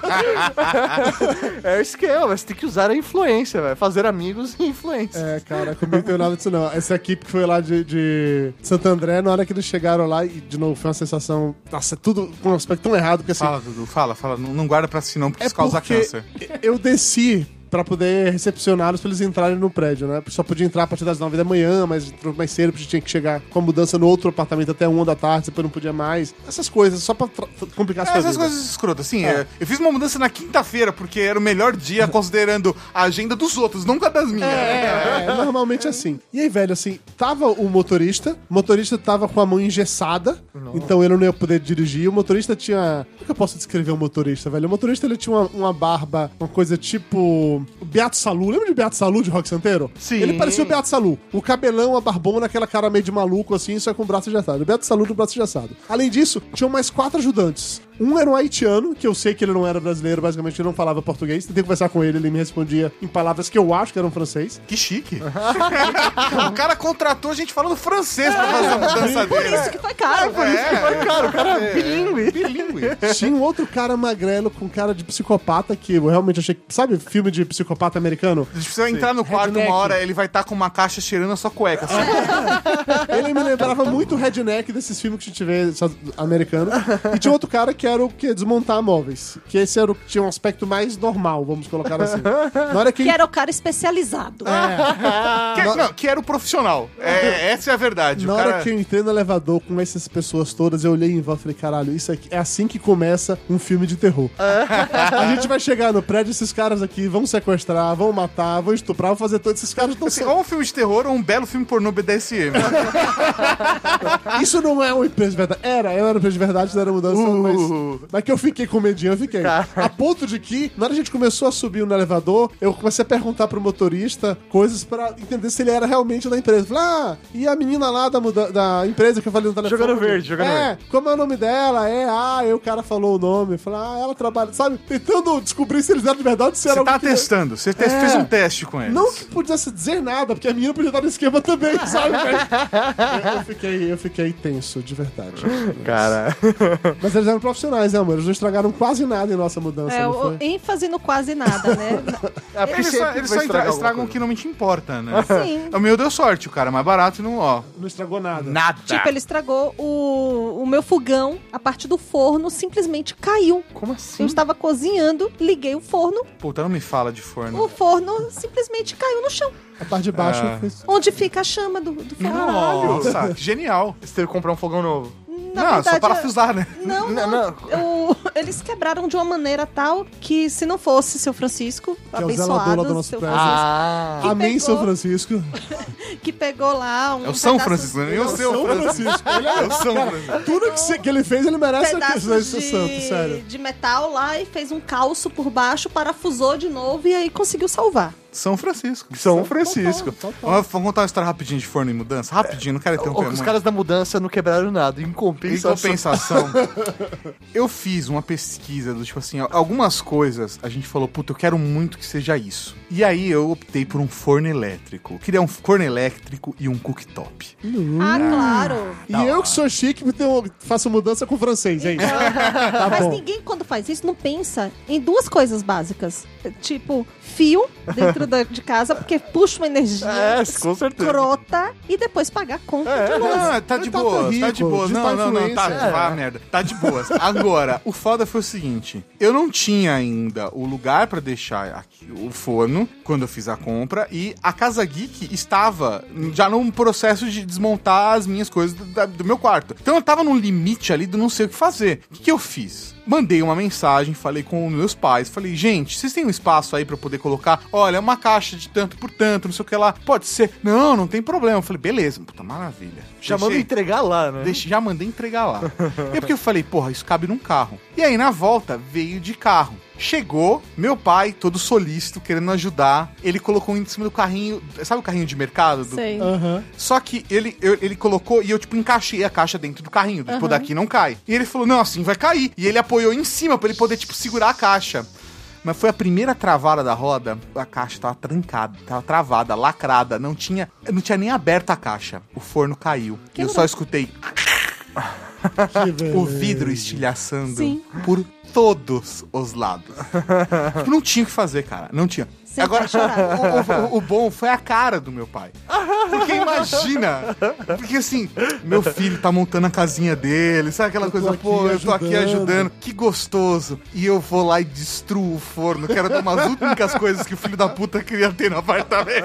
É o esquema, mas você tem que usar a influência, velho. Fazer amigos e influência. É, cara, comigo não tem nada disso não. Essa equipe que foi lá de, de Santo André, na hora que eles chegaram lá, e de novo, foi uma sensação... Nossa, tudo com um aspecto tão errado, porque assim... Fala, Dudu, fala, fala. Não, não guarda pra si não, porque É isso causa porque câncer. eu desci pra poder recepcioná-los pra eles entrarem no prédio, né? Só podia entrar a partir das nove da manhã, mas entrou mais cedo, porque tinha que chegar com a mudança no outro apartamento até uma da tarde, depois não podia mais. Essas coisas, só pra tra- complicar a É, sua essas vida. coisas escrotas, assim, É. é, eu fiz uma mudança na quinta-feira, porque era o melhor dia, considerando a agenda dos outros, nunca das minhas. É, é, normalmente assim. E aí, velho, assim, tava o motorista, o motorista tava com a mão engessada, então ele não ia poder dirigir. O motorista tinha... Como é que eu posso descrever o motorista, velho? O motorista, ele tinha uma, uma barba, uma coisa tipo... o Beato Salu. Lembra de Beato Salu, de Rock Santeiro? Sim. Ele parecia o Beato Salu. O cabelão, a barbona, aquela cara meio de maluco, assim, só com o braço engessado. O Beato Salu do braço engessado. Além disso, tinham mais quatro ajudantes. Um era um haitiano, que eu sei que ele não era brasileiro, basicamente ele não falava português. Tentei conversar com ele, ele me respondia em palavras que eu acho que eram francês. Que chique. O cara contratou a gente falando francês pra fazer a mudança Por dele. isso que foi caro. Por isso que foi caro, o cara é bilíngue. Bilíngue. Tinha um outro cara magrelo com cara de psicopata que eu realmente achei... Sabe filme de psicopata americano? A gente precisa entrar no quarto Redneck. uma hora, ele vai estar com uma caixa cheirando a sua cueca. Assim. Ele me lembrava muito o redneck desses filmes que a gente vê só americano. E tinha outro cara que era o que desmontar móveis. Que esse era o que tinha um aspecto mais normal, vamos colocar assim. Na hora que... Que era o cara especializado. Que, não, que era o profissional. É, essa é a verdade. Na o hora cara... que eu entrei no elevador com essas pessoas todas, eu olhei em volta e falei, caralho, isso aqui é assim que começa um filme de terror. A gente vai chegar no prédio, esses caras aqui vão sequestrar, vão matar, vão estuprar, vão fazer todos esses caras estão Assim, ou um filme de terror ou um belo filme pornô B D S M. Isso não é uma empresa de verdade. Era, eu era uma empresa de verdade, não era mudança, Uh. mas, mas que eu fiquei com medinho, eu fiquei. A ponto de que, na hora que a gente começou a subir no elevador, eu comecei a perguntar pro motorista coisas pra entender se ele era realmente da empresa. Falei, ah, e a menina lá da, muda- da empresa que eu falei no telefone? Jogando verde, jogando é, verde. como é o nome dela? É, ah, aí o cara falou o nome. Eu falei, ah, ela trabalha, sabe? Tentando descobrir se eles eram de verdade ou se Você era tá algo que- testando, você te- É. fez um teste com eles. Não que pudesse dizer nada, porque a menina podia estar no esquema também, sabe? velho? eu, eu fiquei, eu fiquei tenso, de verdade. Cara. Mas eles eram profissionais, né, amor? Eles não estragaram quase nada em nossa mudança, É, não o, foi? ênfase no quase nada, né? É porque Eles só, sempre eles vai só estragar entra- estragam alguma o que não te importa, né? Sim. O meu deu sorte, o cara é mais barato e não, ó. Não estragou nada. Nada. Tipo, ele estragou o, o meu fogão, a parte do forno simplesmente caiu. Como Eu assim? estava cozinhando, liguei o forno, Puta, não me fala de forno. o forno simplesmente caiu no chão. A parte de baixo Ah. foi... Onde fica a chama do, do forno. Nossa, que genial. Você teve que comprar um fogão novo. Na não, verdade, só parafusar, né? Não, Não, não. não. O- eles quebraram de uma maneira tal que se não fosse seu Francisco, Que é o zelador lá do abençoado, nosso seu prédio. Francisco, Ah. que Amém, pegou- São Francisco. que pegou lá um É o São pedaço- Francisco, né? E o seu São Francisco. Francisco. Ele É é o São Francisco. Tudo que, se- que ele fez, ele merece aqui, pedaços ser de, santo, sério. de metal lá e fez um calço por baixo, parafusou de novo e aí conseguiu salvar. São Francisco. São Francisco. Vamos vamos contar uma história rapidinho de forno e mudança? Rapidinho, não quero interromper Os muito. caras da mudança não quebraram nada. Em Em compensação. compensação, eu fiz uma pesquisa do tipo assim, algumas coisas a gente falou, puta, eu quero muito que seja isso. E aí eu optei por um forno elétrico. Eu queria um forno elétrico e um cooktop. Ah, claro. E eu que sou chique, tenho- faço mudança com francês, hein? Tá Mas bom. ninguém, quando faz isso, não pensa em duas coisas básicas. Tipo, fio dentro dentro da- de casa, porque puxa uma energia É, com certeza. escrota e depois pagar a conta É, de luz. Ah, tá de Tá boas, rico, tá de boas. Não, digital não, não, tá, influencer. vá merda. Tá de boas. Agora, o foda foi o seguinte, eu não tinha ainda o lugar pra deixar aqui o forno quando eu fiz a compra e a Casa Geek estava já num processo de desmontar as minhas coisas do, da- do meu quarto. Então eu tava num limite ali do não sei o que fazer. O que, que eu fiz? Mandei uma mensagem, falei com meus pais, falei, gente, vocês têm um espaço aí pra eu poder colocar? Olha, uma caixa de tanto por tanto, não sei o que lá. Pode ser. Não, não tem problema. Eu falei, beleza, puta maravilha. Já manda Deixei- entregar lá, né? Deixei, já mandei entregar lá. E é porque eu falei, porra, isso cabe num carro. E aí, na volta, veio de carro. Chegou, meu pai, todo solícito, querendo ajudar. Ele colocou em cima do carrinho. Sabe o carrinho de mercado? Do- Sei. Aham. Só que ele, eu- ele colocou e eu, tipo, encaixei a caixa dentro do carrinho. Tipo, daqui não cai. E ele falou, não, assim vai cair. E ele apoiou em cima pra ele poder, tipo, segurar a caixa. Mas foi a primeira travada da roda, a caixa tava trancada, tava travada, lacrada, não tinha, não tinha nem aberto a caixa. O forno caiu. E eu só escutei Que beleza. o vidro estilhaçando Sim. por todos os lados. Tipo, não tinha o que fazer, cara. Não tinha. Sem Agora, chorar. o, o- o bom foi a cara do meu pai. Porque imagina, porque assim, meu filho tá montando a casinha dele, sabe aquela Eu tô coisa, aqui pô, eu tô aqui ajudando. ajudando, que gostoso. E eu vou lá e destruo o forno, que era uma das únicas coisas que o filho da puta queria ter no apartamento.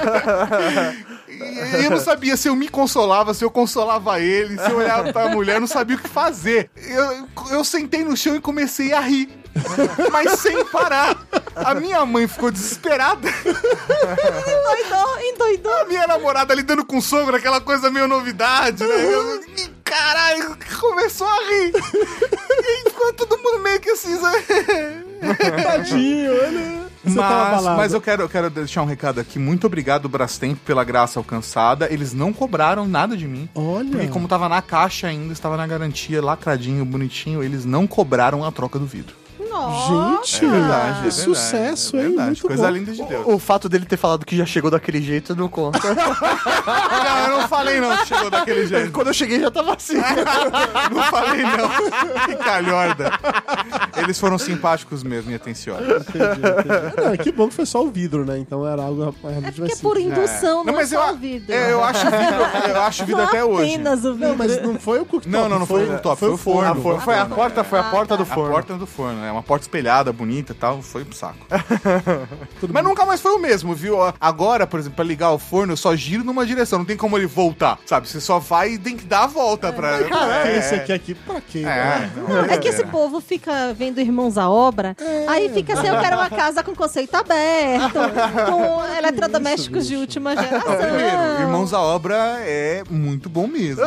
E eu não sabia se eu me consolava, se eu consolava ele, se eu olhava pra mulher, eu não sabia o que fazer. Eu, eu sentei no chão e comecei a rir. Mas sem parar. A minha mãe ficou desesperada. Endoidou, endoidou. A minha namorada lidando com o sogro, aquela coisa meio novidade, né? Eu, e caralho, começou a rir. E aí ficou todo mundo meio que assim, sabe? Tadinho, olha. Você tava Mas, abalado. mas eu quero, eu quero deixar um recado aqui. Muito obrigado, Brastemp, pela graça alcançada. Eles não cobraram nada de mim. Olha. Porque como tava na caixa ainda, estava na garantia, lacradinho, bonitinho, eles não cobraram a troca do vidro. Nossa. Gente, É verdade, é que verdade, sucesso, é hein? verdade. Muito Coisa bom. linda de Deus. O fato dele ter falado que já chegou daquele jeito não conta. Não, eu não falei não que chegou daquele jeito. Quando eu cheguei já tava assim. Não falei não. Que calhorda. Eles foram simpáticos mesmo e atenciosos. Não, que bom que foi só o vidro, né? Então era algo realmente É porque mais é por simples. indução, não, Não, mas é eu, só a- o vidro. é, eu acho vidro, eu acho vidro Não até hoje. apenas o vidro. Não, mas não foi o cooktop. Não, não, não foi o cooktop, foi o forno. Ah, foi, foi a porta, foi a porta do A forno. porta do forno, é uma porta espelhada, bonita e tal, foi pro saco. Mas nunca mais foi o mesmo, viu? Agora, por exemplo, pra ligar o forno, eu só giro numa direção, não tem como ele voltar, sabe? Você só vai e tem que dar a volta pra... Cara, é, esse aqui, aqui pra quê? É, né? não, É que esse povo fica vendo Irmãos à Obra, aí fica assim, eu quero uma casa com conceito aberto, com eletrodomésticos de última geração. Primeiro, Irmãos à Obra é muito bom mesmo.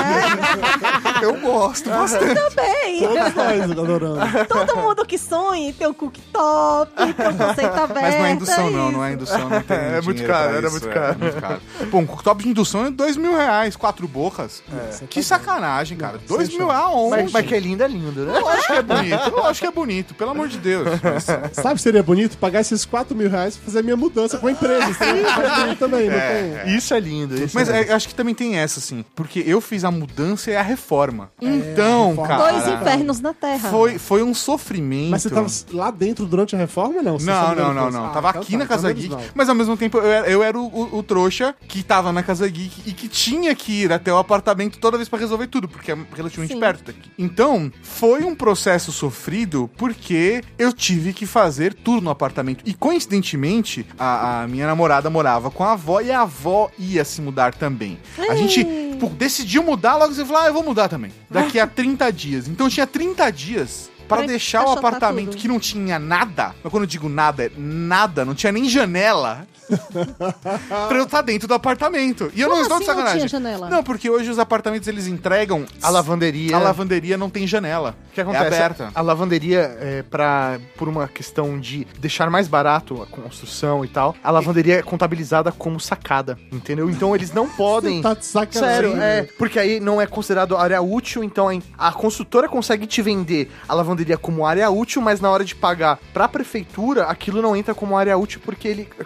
Eu gosto bastante. Também. Todos nós adoramos. Todo mundo que sonha em ter um cooktop, ter um conceito aberto. Mas não é indução, não, isso. não é indução, não tem É muito dinheiro caro, pra era isso, muito é, caro. é muito caro. Pô, um cooktop de indução é dois mil reais, quatro bocas. Que sacanagem, cara. Dois mil aonde? Mas, mas que é lindo, é lindo, né? Lógico que é bonito, lógico que é bonito, pelo amor de Deus. Mas, Sabe que seria bonito? Pagar esses quatro mil reais pra fazer a minha mudança com a empresa. Seria bonito também, não tem? Isso é lindo. Isso mas é lindo. é, acho que também tem essa, assim, porque eu fiz a mudança e a reforma. Então, reforma. cara... Dois infernos na Terra. Foi, foi um sofrimento. Mas você tava lá dentro durante a reforma, não? Você Não, só não, mudou não, depois? não. Ah, Tava então aqui tá, na Casa então Geek, menos mal. mas ao mesmo tempo eu era, eu era o, o- o trouxa que tava na Casa Geek e que tinha que ir até o apartamento toda vez pra resolver tudo, porque é relativamente Sim. perto daqui. Então, foi um processo sofrido porque eu tive que fazer tudo no apartamento. E coincidentemente, a, a minha namorada morava com a avó e a avó ia se mudar também. A gente tipo, decidiu mudar, logo você falou, ah, eu vou mudar também. Daqui a trinta dias. Então tinha trinta dias pra Pra deixar o encaixotar apartamento tudo. que não tinha nada, mas quando eu digo nada, é nada, não tinha nem janela, pra eu estar dentro do apartamento. E eu Como não estou de assim não sacanagem. tinha janela? Não, porque hoje os apartamentos eles entregam A lavanderia. a lavanderia não tem janela. O que acontece? É aberta. A lavanderia, é, pra, por uma questão de deixar mais barato a construção e tal, a lavanderia é contabilizada como sacada, entendeu? Então eles não podem... Tá de sacanagem. Sério, é, porque aí não é considerado área útil, então a construtora consegue te vender a lavanderia como área útil, mas na hora de pagar pra prefeitura, aquilo não entra como área útil porque ele é considerado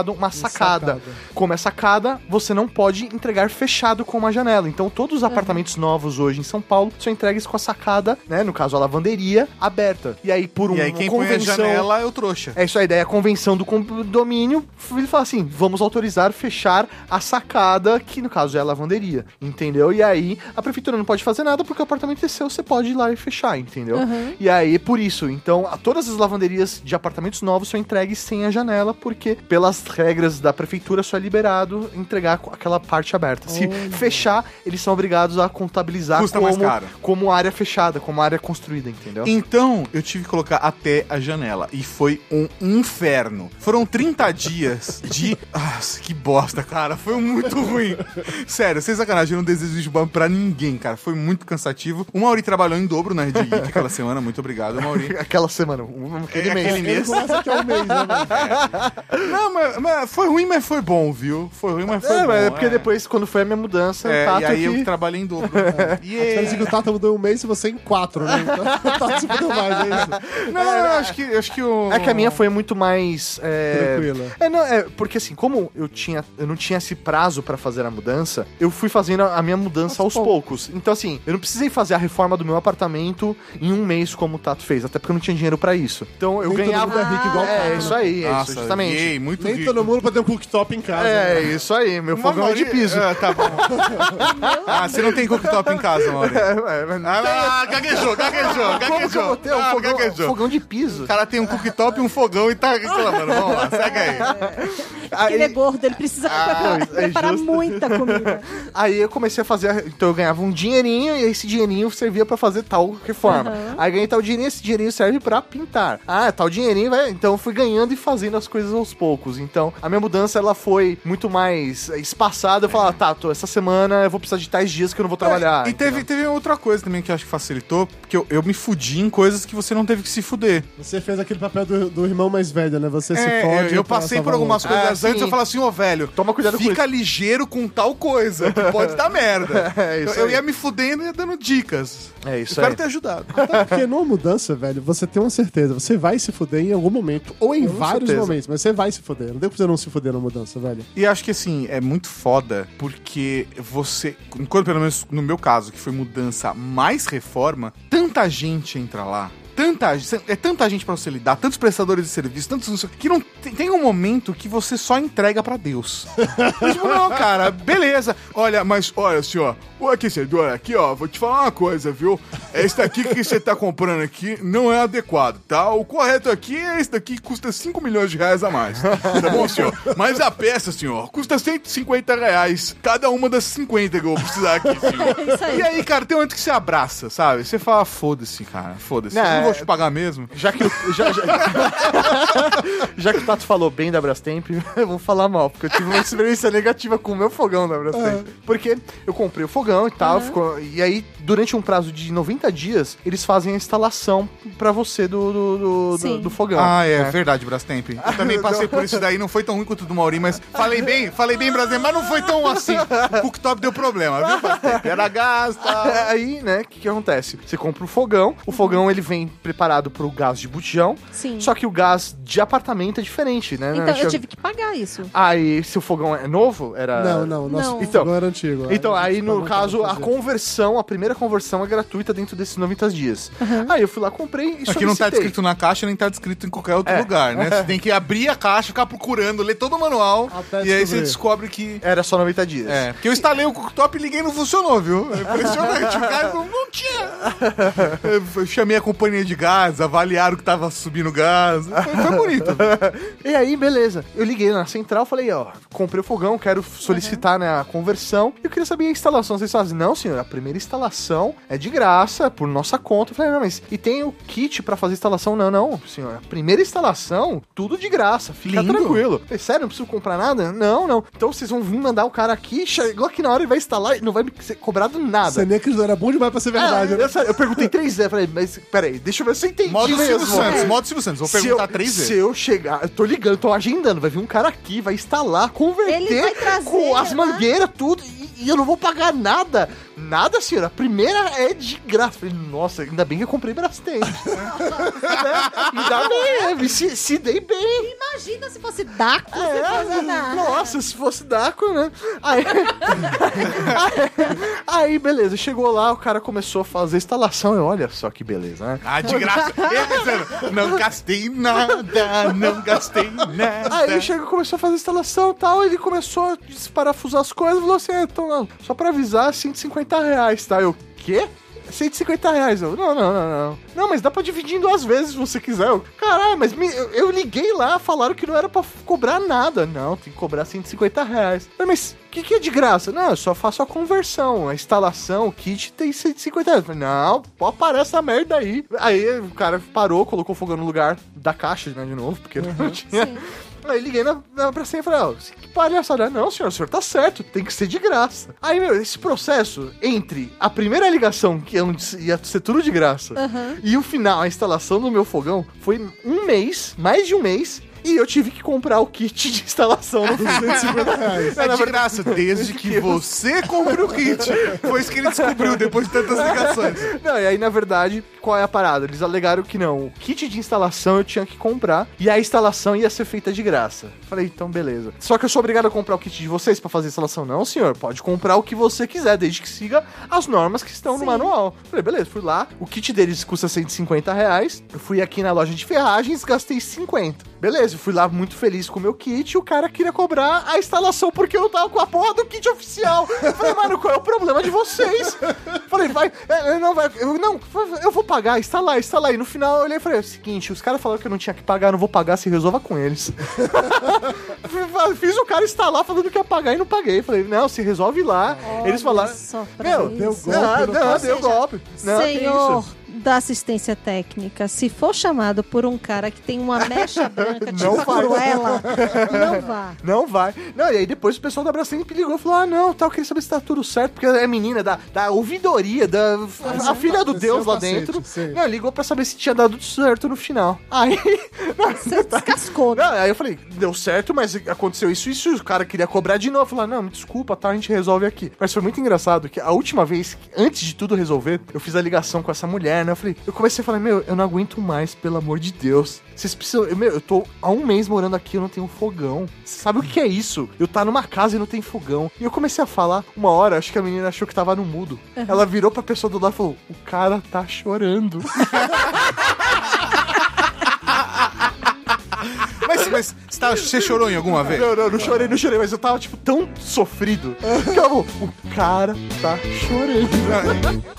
chamado uma sacada. sacada. Como é sacada, você não pode entregar fechado com uma janela. Então, todos os apartamentos novos hoje em São Paulo são entregues com a sacada, né? No caso, a lavanderia aberta. E aí, por E uma aí quem convenção... põe a janela é o trouxa. É isso aí, daí a convenção do condomínio, ele fala assim, vamos autorizar fechar a sacada, que no caso é a lavanderia, entendeu? E aí, a prefeitura não pode fazer nada porque o apartamento é seu, você pode ir lá e fechar, entendeu? Uhum. E aí, por isso, então, a, todas as lavanderias de apartamentos novos são entregues sem a janela, porque pelas regras da prefeitura só é liberado entregar com aquela parte aberta. Se Olha. fechar, eles são obrigados a contabilizar Custa mais como, caro. como área fechada, como área construída, entendeu? Então, eu tive que colocar até a janela. E foi um inferno. Foram trinta dias de... Nossa, que bosta, cara. Foi muito ruim. Sério, sem sacanagem, eu não desejo de bom pra ninguém, cara. Foi muito cansativo. O Mauri trabalhou em dobro na Rede Geek aquela semana. Muito obrigado, Mauri. Aquela semana, um- aquele É, mês. aquele mês. Começa aqui ao mês, né, velho? Não, mas, mas foi ruim, mas foi bom, viu? Foi ruim, mas foi É, bom. mas é porque depois, quando foi a minha mudança, É, o Tato e aí que... eu trabalhei em dobro. Parece que o Tata mudou um mês e você em quatro, né? Então, o Tata se mudou mais, é isso? Não, não, não, acho que, acho que o... É que a minha foi muito mais... É... Tranquila. É, não, é, porque assim, como eu, tinha, eu não tinha esse prazo pra fazer a mudança, eu fui fazendo a, a minha mudança aos, poucos. Então assim, eu não precisei fazer a reforma do meu apartamento em um mês como o Tato fez, até porque eu não tinha dinheiro pra isso. Então eu Nem todo ganhava... mundo é rico igual o É, Tato, isso né? aí, é Nossa, isso, justamente. gay, muito Nem rico. todo mundo pode ter um cooktop em casa. É, né? isso aí, meu fogão é de Mauri- piso. Ah, tá bom. Ah, você não tem cooktop em casa, Mauri. É, é, mas- Ah, gaguejou, gaguejou, Como que eu gaguejou. vou ter um Ah, fogão, gaguejou. fogão de piso? O cara tem um cooktop e um fogão e tá reclamando. Vamos lá, segue aí. Porque ele é gordo, ele precisa Ah, preparar é justo. muita comida. Aí eu comecei a fazer, então eu ganhava um dinheirinho e esse dinheirinho servia pra fazer tal reforma. Uhum. Aí ganhei tal dinheirinho, esse dinheirinho serve pra pintar. Ah, tal dinheirinho vai, então eu fui ganhando e fazendo as coisas aos poucos. Então a minha mudança ela foi muito mais espaçada. Eu falava, tá, tô, essa semana eu vou precisar de tais dias que eu não vou trabalhar. É, e teve, teve outra coisa também que eu acho que facilitou, porque eu, eu me fudi em coisas que você não teve que se fuder. Você fez aquele papel do, do irmão mais velho, né? Você se É, fode. eu, eu pra passei por salvar algumas o coisas Ah, antes, sim. eu falava assim, ô velho, Toma cuidado com fica isso. ligeiro com tal coisa, que pode dar merda. É, isso eu, eu aí. ia me fudendo e ia dando dicas. É isso Espero aí. ter ajudado. Até porque numa mudança, velho, você tem uma certeza. Você vai se fuder em algum momento. Ou em Com vários certeza. momentos. Mas você vai se fuder. Não tem pra você não se fuder na mudança, velho. E acho que assim, é muito foda, porque você, quando pelo menos no meu caso, que foi mudança mais reforma, tanta gente entra lá. Tanta, é tanta gente pra você lidar, tantos prestadores de serviço, tantos não sei o quê, que não tem, tem um momento que você só entrega pra Deus. Mas, tipo, não, cara, beleza. Olha, mas olha, senhor, o aquecedor aqui, ó, vou te falar uma coisa, viu? Esse daqui que você tá comprando aqui não é adequado, tá? O correto aqui é esse daqui que custa cinco milhões de reais a mais. Tá bom, senhor? Mas a peça, senhor, custa cento e cinquenta reais cada uma das cinquenta que eu vou precisar aqui, senhor. É isso aí. E aí, cara, tem um momento que você abraça, sabe? Você fala, foda-se, cara, foda-se. Não, Eu não vou é- te pagar mesmo. Já que, o- já, já, já que o Tato falou bem da Brastemp, eu vou falar mal, porque eu tive uma experiência negativa com o meu fogão da Brastemp. Porque eu comprei o fogão e tal, ficou, e aí, durante um prazo de noventa dias, eles fazem a instalação pra você do, do, do, do, Sim. do fogão. Ah, é, né? verdade, Brastemp. Eu também passei por isso daí, não foi tão ruim quanto o do Mauri, mas falei bem, falei bem, Brastemp, mas não foi tão assim. O cooktop deu problema, viu, Brastemp? Era gás, tá? Aí, né, o que, que acontece? Você compra o fogão, o fogão ele vem preparado pro gás de botijão, Sim. só que o gás de apartamento é diferente, né? Então, Acho eu que- tive que pagar isso. Aí, se o fogão é novo, era... Não, não. Nosso Não. Então- fogão era antigo. Então, a gente aí no pagou caso, pra a fazer. conversão, a primeira conversão é gratuita dentro desses noventa dias. Aí eu fui lá, comprei e Aqui não tá solicitei. descrito na caixa, nem tá descrito em qualquer outro É. lugar, né? Você tem que abrir a caixa, ficar procurando, ler todo o manual, Até e aí descobrir. você descobre que... Era só noventa dias. É, porque eu instalei o cooktop e liguei e não funcionou, viu? É impressionante, o cara não, não tinha. Eu chamei a companhia de gás, avaliaram que tava subindo gás, foi, foi bonito. E aí, beleza. Eu liguei na central, falei, ó, comprei o fogão, quero solicitar, né, a conversão. Eu queria saber a instalação. Vocês falaram, não, senhor, a primeira instalação é de graça, por nossa conta. Eu falei, não, mas e tem o kit pra fazer instalação? Não, não, senhor, a primeira instalação, tudo de graça, fica Lindo. tranquilo. Eu falei, sério, não preciso comprar nada? Não, não. Então vocês vão vir mandar o cara aqui, chegou aqui na hora e vai instalar e não vai me ser cobrado nada. Você nem acreditou, era bom demais pra ser verdade, Ah, né? eu, sério, eu perguntei três vezes, eu falei, mas peraí, deixa eu ver se eu entendi Modo mesmo. Silvio Santos, modo Silvio Santos, vou Se perguntar eu, três se vezes. eu chegar, eu tô ligando, tô agendando, vai vir um cara aqui, vai instalar, Ele converter vai trazer, com as né? mangueiras, tudo, e, e eu não vou pagar nada. nada, senhora. A primeira é de graça. Falei, nossa, ainda bem que eu comprei Brastemp. Ainda bem, me, se, se dei bem. Imagina se fosse Daco, É, você fazer nada. nossa, se fosse Daco, né? Aí, aí, aí, beleza, chegou lá, o cara começou a fazer a instalação. Eu, olha só que beleza, né? Ah, de graça. Eu pensando, não gastei nada, não gastei nada. Aí chegou, começou a fazer a instalação e tal, ele começou a desparafusar as coisas e falou assim, então, não, só pra avisar, cento e cinquenta reais, tá? Eu, quê? cento e cinquenta reais. Eu, não, não, não, não. Não, mas dá pra dividir em duas vezes se você quiser. Eu, caralho, mas me, eu, eu liguei lá, falaram que não era pra cobrar nada. Não, tem que cobrar cento e cinquenta reais. Eu, mas o que, que é de graça? Não, eu só faço a conversão, a instalação, o kit tem cento e cinquenta reais. Eu falei, não, pode parar essa merda aí. Aí o cara parou, colocou o fogão no lugar da caixa, né, de novo, porque uhum, não tinha... Sim. Aí liguei na, na pra cima e falei, ó, oh, que palhaçada. Não, senhor, o senhor tá certo, tem que ser de graça. Aí, meu, esse processo entre a primeira ligação, que ia ser tudo de graça, uhum, e o final, a instalação do meu fogão, foi um mês, mais de um mês, e eu tive que comprar o kit de instalação no cento e cinquenta reais. É de graça, desde que você compre o kit. Foi isso que ele descobriu depois de tantas ligações. Não, e aí, na verdade, qual é a parada? Eles alegaram que não, o kit de instalação eu tinha que comprar e a instalação ia ser feita de graça. Falei, então beleza. Só que eu sou obrigado a comprar o kit de vocês pra fazer a instalação? Não, senhor, pode comprar o que você quiser, desde que siga as normas que estão Sim. no manual. Falei, beleza, fui lá, o kit deles custa cento e cinquenta reais, eu fui aqui na loja de ferragens, gastei cinquenta. Beleza, eu fui lá muito feliz com o meu kit e o cara queria cobrar a instalação porque eu tava com a porra do kit oficial. Falei, mano, qual é o problema de vocês? Falei, vai, é, não vai, eu, não, eu vou pagar, instalar, instalar. E no final eu olhei e falei, é o seguinte, os caras falaram que eu não tinha que pagar, eu não vou pagar, se resolva com eles. Fiz o cara instalar falando que ia pagar e não paguei. Falei, não, se resolve lá. Olha, eles falaram, meu, deu golpe. Não, não, deu golpe. Não, senhor da assistência técnica, se for chamado por um cara que tem uma mecha branca tipo a Cruella, não vá. Não vai. Não, e aí depois o pessoal da Brastemp ligou e falou, ah, não, tal, queria saber se tá tudo certo, porque é menina da, da ouvidoria, da a, a filha do Deus lá dentro. Cacete, não, ligou pra saber se tinha dado tudo certo no final. Aí... Você descascou, né? Não, aí eu falei, deu certo, mas aconteceu isso, isso, o cara queria cobrar de novo. Eu falei, não, me desculpa, tá, a gente resolve aqui. Mas foi muito engraçado que a última vez, antes de tudo resolver, eu fiz a ligação com essa mulher, né? Eu falei, eu comecei a falar, meu, eu não aguento mais, pelo amor de Deus. Vocês precisam... Eu, meu, eu tô há um mês morando aqui, eu não tenho um fogão. Você sabe o que é isso? Eu tá numa casa e não tem fogão. E eu comecei a falar, uma hora, acho que a menina achou que tava no mudo. Uhum. Ela virou pra pessoa do lado e falou, o cara tá chorando. Mas, mas você, tá, você chorou em alguma vez? Não, não, não chorei, não chorei, mas eu tava, tipo, tão sofrido que ela falou, o cara tá chorando.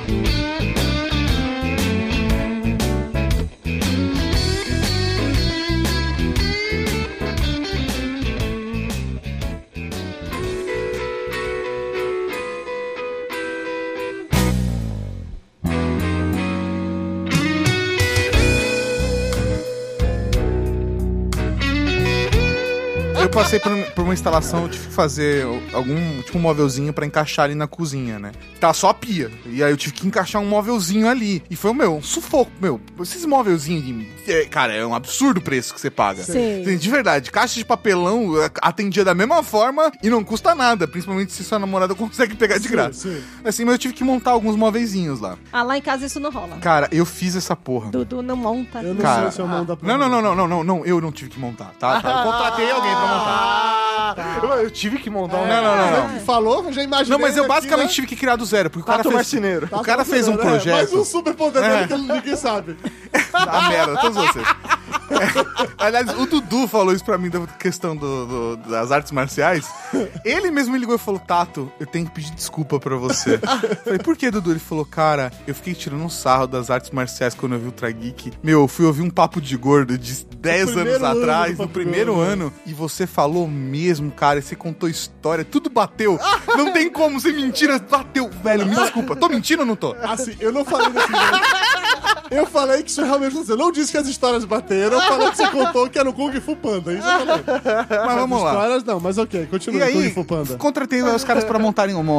Eu passei por, por uma instalação, eu tive que fazer algum, tipo, um móvelzinho pra encaixar ali na cozinha, né? Tá só a pia. E aí eu tive que encaixar um móvelzinho ali. E foi o meu, um sufoco, meu. Esses móvelzinhos, de, cara, é um absurdo o preço que você paga. Sim. De verdade, caixa de papelão atendia da mesma forma e não custa nada, principalmente se sua namorada consegue pegar de graça. Sim, sim. Assim, mas eu tive que montar alguns móvelzinhos lá. Ah, lá em casa isso não rola. Cara, eu fiz essa porra. Dudu não monta. Eu não cara, sei se eu monto a porra. Não, não, não, não, não, não, não, eu não tive que montar, tá? tá? Eu contratei alguém pra montar. Ah, tá. eu, eu tive que montar um... Não, não, não, não. Falou, eu já imaginei. Não, mas eu aqui, basicamente né? tive que criar do zero, porque o cara Tato fez... marceneiro. O cara fez um projeto... Mais um super poder É. que ninguém sabe. Ah, merda, todos vocês. É. Aliás, o Dudu falou isso pra mim da questão do, do- das artes marciais. Ele mesmo me ligou e falou, Tato, eu tenho que pedir desculpa pra você. Falei, por que, Dudu? Ele falou, cara, eu fiquei tirando um sarro das artes marciais quando eu vi o Trageek. Meu, eu fui ouvir um papo de gordo de dez anos primeiro ano atrás, do no Papo primeiro Gordo. ano, e você falou mesmo, cara, e você contou história, tudo bateu. Não tem como, você mentira, bateu. Velho, me desculpa, tô mentindo ou não tô? Assim, eu não falei desse jeito. Eu falei que isso realmente você não disse que as histórias bateram, eu falei que você contou que era o Kung Fu Panda. Isso eu falei. Mas vamos as lá. histórias não, mas ok, continua E o Kung aí, Fu Panda. contratei os caras pra montarem o móvel.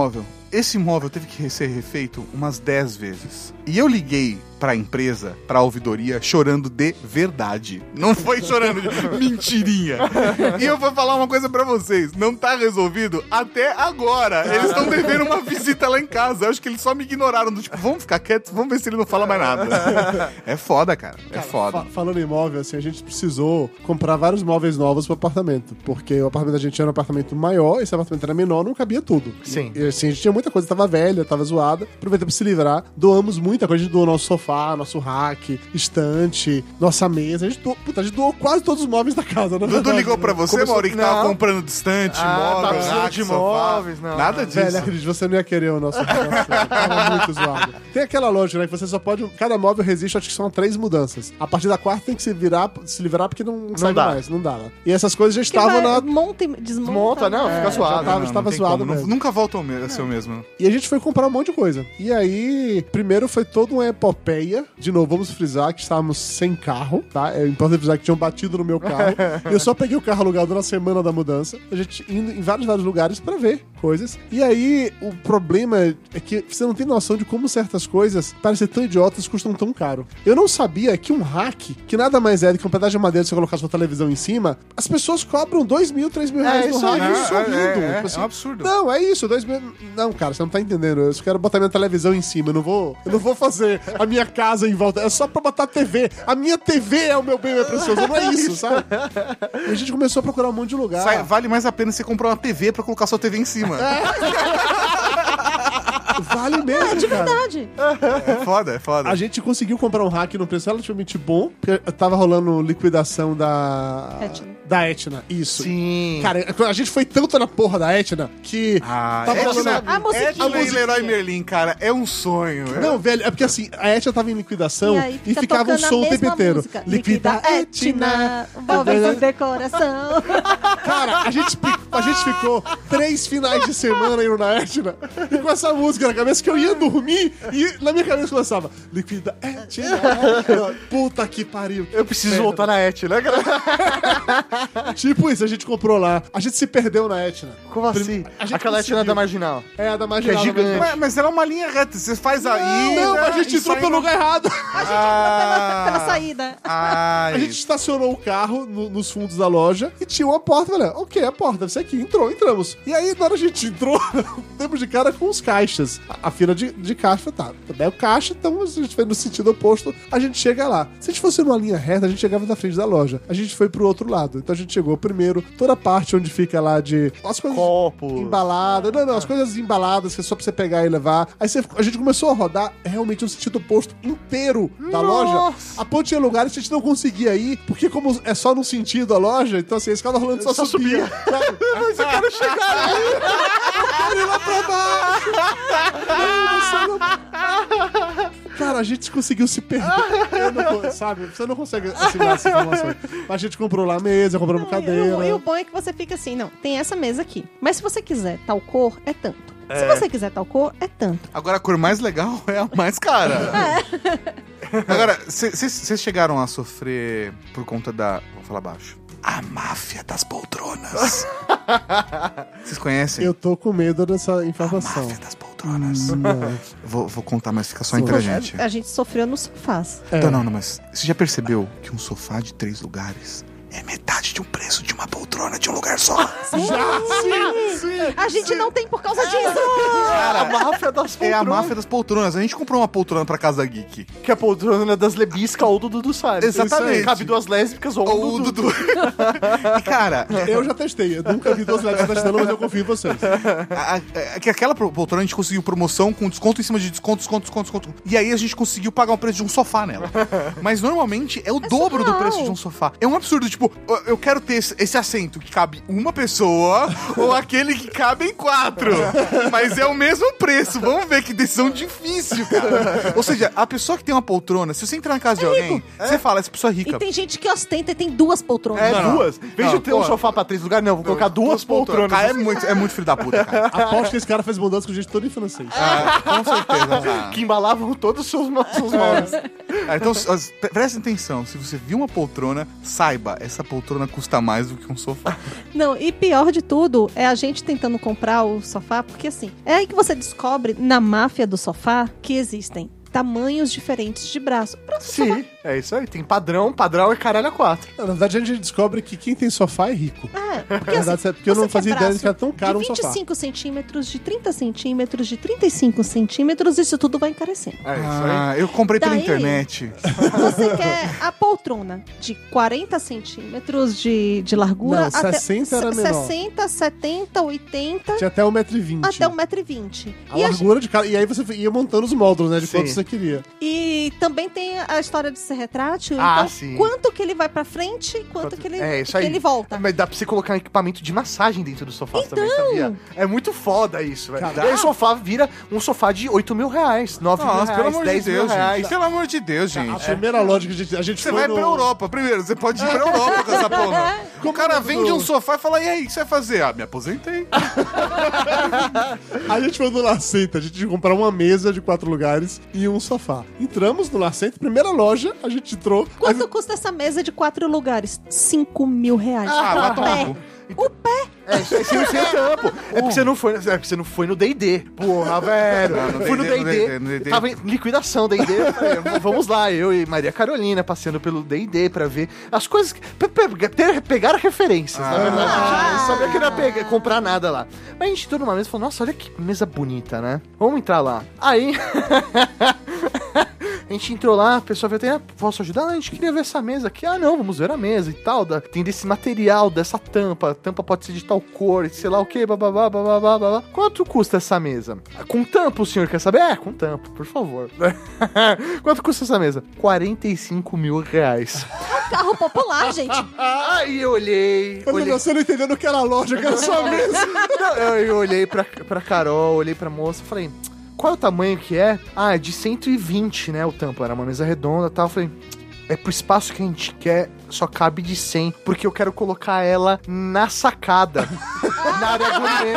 esse móvel teve que ser refeito umas dez vezes. E eu liguei pra empresa, pra ouvidoria, chorando de verdade. Não foi chorando de mentirinha. E eu vou falar uma coisa pra vocês. Não tá resolvido até agora. Eles estão devendo uma visita lá em casa. Eu acho que eles só me ignoraram. Do tipo, vamos ficar quietos, vamos ver se ele não fala mais nada. É foda, cara. É Cara, foda. fa- falando em imóvel, assim, a gente precisou comprar vários móveis novos pro apartamento. Porque o apartamento da gente era um apartamento maior, esse apartamento era menor, não cabia tudo. Sim. E assim, a gente tinha muita coisa, tava velha, tava zoada. Aproveitamos pra se livrar. Doamos muita coisa. A gente doou nosso sofá, nosso rack, estante, nossa mesa. A gente doou, puta, a gente doou quase todos os móveis da casa, na Dudu verdade. ligou pra você, Começou- Mauri, que tava Não. comprando distante, Ah, tá móvel, precisando rack, de sofá. móveis, não. Nada disso. Velho, acredite, você não ia querer o nosso negócio. Tava muito zoado. Tem aquela lógica, né? Que você só pode. Cada móvel resiste, acho que são três mudanças. A partir da quarta tem que se virar, se livrar porque não, sai dá. mais, não dá. Né? E essas coisas já Que estavam vai, na. monta e desmonta. Monta, não, né? fica já suado. tava- Não, estava não tem zoado como. mesmo. Nunca volta ao me- a ser o mesmo. E a gente foi comprar um monte de coisa. E aí, primeiro foi toda uma epopeia. De novo, vamos frisar que estávamos sem carro, tá? É importante frisar que tinham batido no meu carro. Eu só peguei o carro alugado na semana da mudança. A gente indo em vários, vários lugares pra ver coisas. E aí, o problema é que você não tem noção de como certas coisas parecem tão idiotas e custam tão caro. Eu não sabia que um rack, que nada mais é do que um pedaço de madeira que você colocar sua televisão em cima, as pessoas cobram dois mil, três mil reais no isso rack. aí, Isso é, é, lindo. é, Tipo é assim, um absurdo. Não, é isso, dois mil. Não, cara, você não tá entendendo. Eu só quero botar minha televisão em cima. Eu não vou, eu não vou fazer a minha casa em volta. É só pra botar a T V. A minha T V é o meu bem mais precioso. Não é isso, sabe? E a gente começou a procurar um monte de lugar. Sai- vale mais a pena você comprar uma T V pra colocar sua T V em cima. Vale mesmo, cara. Verdade. É foda, é foda. A gente conseguiu comprar um hack num preço relativamente bom, porque tava rolando liquidação da... Etna. Da Etna, isso. Sim. Cara, a gente foi tanto na porra da Etna que... Ah, tava rolando... Etna, A musiquinha. Etna A e musiquinha. Leroy Merlin, cara, é um sonho. Não, velho, é porque assim, a Etna tava em liquidação E e, aí fica ficava um tocando a som o tempo mesma inteiro. música. Liquida Etna. móveis de decoração. Cara, a gente, pi- a gente ficou três finais de semana indo na Etna e com essa música na cabeça que eu ia dormir e na minha cabeça começava Liquida Etna. Puta que pariu. Eu preciso voltar na Et, né, galera? Tipo isso, a gente comprou lá. A gente se perdeu na Etna. Como assim? A gente Aquela conseguiu. Etna da Marginal. É, a da Marginal. Que é gigante. Mas, mas ela é uma linha reta, você faz aí. Não, não, a gente entrou pelo lugar errado. pela, pela saída. Ai, A gente estacionou o carro no- nos fundos da loja e tinha uma porta. Falei, ok, a porta deve ser aqui. Entrou, entramos. E aí, na hora que a gente entrou, temos de cara com os caixas. A, a fila de, de caixa, tá. Também é o caixa, então a gente foi no sentido oposto. A gente chega lá. Se a gente fosse numa linha reta, a gente chegava na frente da loja. A gente foi pro outro lado. Então a gente chegou primeiro, toda a parte onde fica lá de... As coisas Copo. embaladas. Não, não, as coisas embaladas que é só pra você pegar e levar. Aí você- a gente começou a rodar realmente no sentido oposto inteiro da loja. A ponto tinha lugares que a gente não conseguia ir, porque como é só no sentido a loja, então assim, a escada rolando só, Só subia. Sabe? Mas eu quero chegar ali. Eu quero ir lá pra baixo. Não, você não... Cara, a gente conseguiu se perder. Eu não co- sabe? Você não consegue assimilar essa informação. Mas a gente comprou lá a mesa, compramos Não, cadeira. e, o, e o bom é que você fica assim, não, tem essa mesa aqui. Mas se você quiser tal cor, é tanto. Se você quiser tal cor, é tanto. agora a cor mais legal é a mais cara. Agora, vocês chegaram a sofrer por conta da... Vou falar baixo. A máfia das poltronas. Vocês conhecem? Eu tô com medo dessa A informação. máfia das poltronas. Não. Vou, vou contar, mas fica só entre a gente. A gente sofreu nos sofás. É. Não, não, não, mas você já percebeu que um sofá de três lugares é metade de um preço de uma poltrona de um lugar só? Já, sim, sim. A gente não tem por causa disso. A máfia das É a poltronas. máfia das poltronas. A gente comprou uma poltrona pra Casa Geek. Que é a poltrona das lebiscas ou do Dudu Salles. Exatamente. Isso aí. Cabe duas lésbicas ou, Ou um o Dudu. Dudu. E, cara, Eu já testei. Eu nunca vi duas leves testando, mas eu confio em vocês. a- a- que aquela pro- poltrona a gente conseguiu promoção com desconto em cima de desconto, desconto, desconto, desconto. E aí a gente conseguiu pagar o preço de um sofá nela. Mas normalmente é o dobro do surreal. preço de um sofá. É um absurdo, tipo, eu- eu quero ter esse, esse assento que cabe uma pessoa ou aquele que cabe em quatro. Mas é o mesmo preço. Vamos ver que decisão difícil, cara. Ou seja, a pessoa que tem uma poltrona, se você entrar na casa de alguém, você fala, essa pessoa é rica. E tem gente que ostenta e tem duas poltronas. É, Não, não. duas. Em vez Não, de ter um pô. sofá pra três lugares, não, vou colocar duas poltronas. Cara, é muito, é muito filho da puta, cara. Aposto que esse cara fez mudança com gente toda em francês. Ah, com certeza. cara. Que embalavam todos os seus, seus móveis. Ah, então, s- as- pre- presta atenção, se você viu uma poltrona, saiba, essa poltrona custa mais do que um sofá. Não, e pior de tudo é a gente tentando comprar o sofá, porque assim, é aí que você descobre na máfia do sofá que existem tamanhos diferentes de braço. braço Sim, sofá. é isso aí. Tem padrão, padrão é caralho a quatro. Na verdade, a gente descobre que quem tem sofá é rico. É, porque, Na verdade, assim, porque eu não você fazia quer ideia de braço que era tão caro um de sofá. vinte e cinco centímetros, de trinta centímetros, de trinta e cinco centímetros, isso tudo vai encarecendo. É isso aí. Ah, eu comprei pela Daí- internet. Você quer a poltrona de quarenta centímetros de, de largura. Não, sessenta era menor. sessenta, setenta, oitenta, Tinha até um metro e vinte. até um metro e vinte. A E, a largura de cada. E aí você ia montando os módulos, né? De Sim. quanto você queria. e também tem a história de ser retrátil. Ah, então, sim. quanto que ele vai pra frente e quanto, que, ele, É isso que aí. ele volta. Mas dá pra você colocar um equipamento de massagem dentro do sofá Então. também, sabia? É muito foda isso, velho. Cara, E aí o sofá vira um sofá de oito mil reais, nove mil Nossa, reais, pelo amor de dez mil Deus, reais. gente. Pelo amor de Deus, A gente. primeira lógica, a gente, a gente Você foi vai no... pra Europa. Primeiro, você pode ir pra Europa com essa porra. O cara vende um sofá e fala, e aí, o que você vai fazer? Ah, me aposentei. A gente foi no Lacenta, a gente ia comprar uma mesa de quatro lugares e um sofá. Entramos no Lacenta, primeira loja, a gente entrou. Quanto custa essa mesa de quatro lugares? Cinco mil reais. Ah, vai o tomar pé. no cu. O pé. É, sem, sem tampo. É porque você não foi, é porque você não foi no D e D. Porra, velho. Não, no Fui no D e D, D e D. no D e D. Tava em liquidação D e D. Eu falei, vamos lá, eu e Maria Carolina passeando pelo D e D pra ver as coisas. que- pe- pe- ter- Pegar referências, na verdade. Ah. Eu sabia que não ia pegar- comprar nada lá. Mas a gente entrou numa mesa e falou: nossa, olha que mesa bonita, né? Vamos entrar lá. Aí. A gente entrou lá, a pessoa veio até, ah, posso ajudar? A gente queria ver essa mesa aqui. Ah, não, vamos ver a mesa e tal. Da, tem desse material, dessa tampa. A tampa pode ser de tal cor, sei lá o que, bababá, bababá, babá. Quanto custa essa mesa? Com tampa, o senhor quer saber? É, com tampa, por favor. Quanto custa essa mesa? quarenta e cinco mil reais. Carro popular, gente. Aí eu olhei. Quando olhei você não entendeu no que era a loja, que era só a mesa. Não, eu, eu olhei pra, pra Carol, olhei pra moça, falei, qual é o tamanho que é? Ah, é de cento e vinte, né, o tampo, era uma mesa redonda e tal, eu falei, é pro espaço que a gente quer, só cabe de cem, porque eu quero colocar ela na sacada, na área gourmet.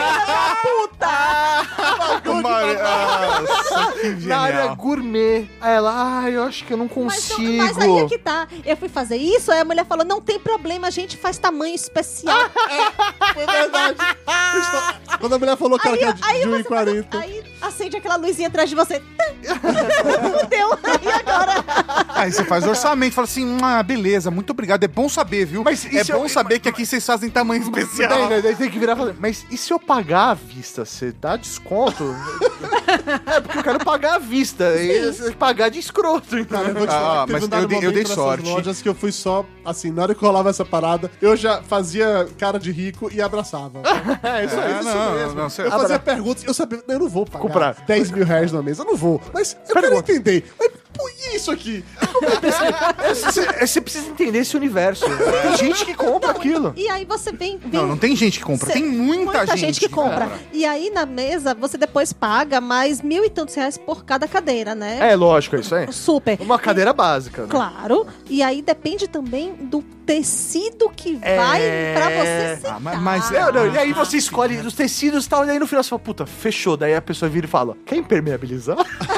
Nossa, que Na área genial. gourmet. Aí ela, ah, eu acho que eu não Mas, consigo. mas aí é que tá. Eu fui fazer isso, aí a mulher falou: não tem problema, a gente faz tamanho especial. Foi verdade. Quando a mulher falou que aí, era de aí, um e você faz- quarenta. aí acende aquela luzinha atrás de você. Deu. E agora? Aí você faz orçamento, fala assim, ah, beleza, muito obrigado, é bom saber, viu? Mas é isso bom eu- saber que aqui vocês fazem tamanho especial. Daí, daí, daí tem que virar e falar, mas e se eu pagar à vista? Você dá desconto? É porque eu quero pagar à vista. E você pagar de escroto, então. Cara, eu vou te Ah, falar que mas teve um dado eu dei- eu momento dei nessas sorte. lojas que eu fui só, assim, na hora que rolava essa parada, eu já fazia cara de rico e abraçava. É isso aí, É, isso não, mesmo. não, você- Eu fazia perguntas, eu sabia, eu não vou pagar Comprar. dez mil reais na mesa, eu não vou. Mas eu quero Pergunta. entender. Mas, pô, e isso aqui? Você, você precisa entender esse universo. Tem gente que compra aquilo. E aí você vem. vem Não, não tem gente que compra, Cê- tem muita, gente, que compra. E aí na mesa você depois paga mais mil e tantos reais por cada cadeira, né? É, lógico, é isso aí. Super. Uma cadeira básica. Né? Claro. E aí depende também do tecido que vai É. pra você sentar. Ah, mas- mas- Não, não, e aí você escolhe os tecidos e tal, e aí no final você fala, puta, fechou. Daí a pessoa vira e fala, quer impermeabilizar?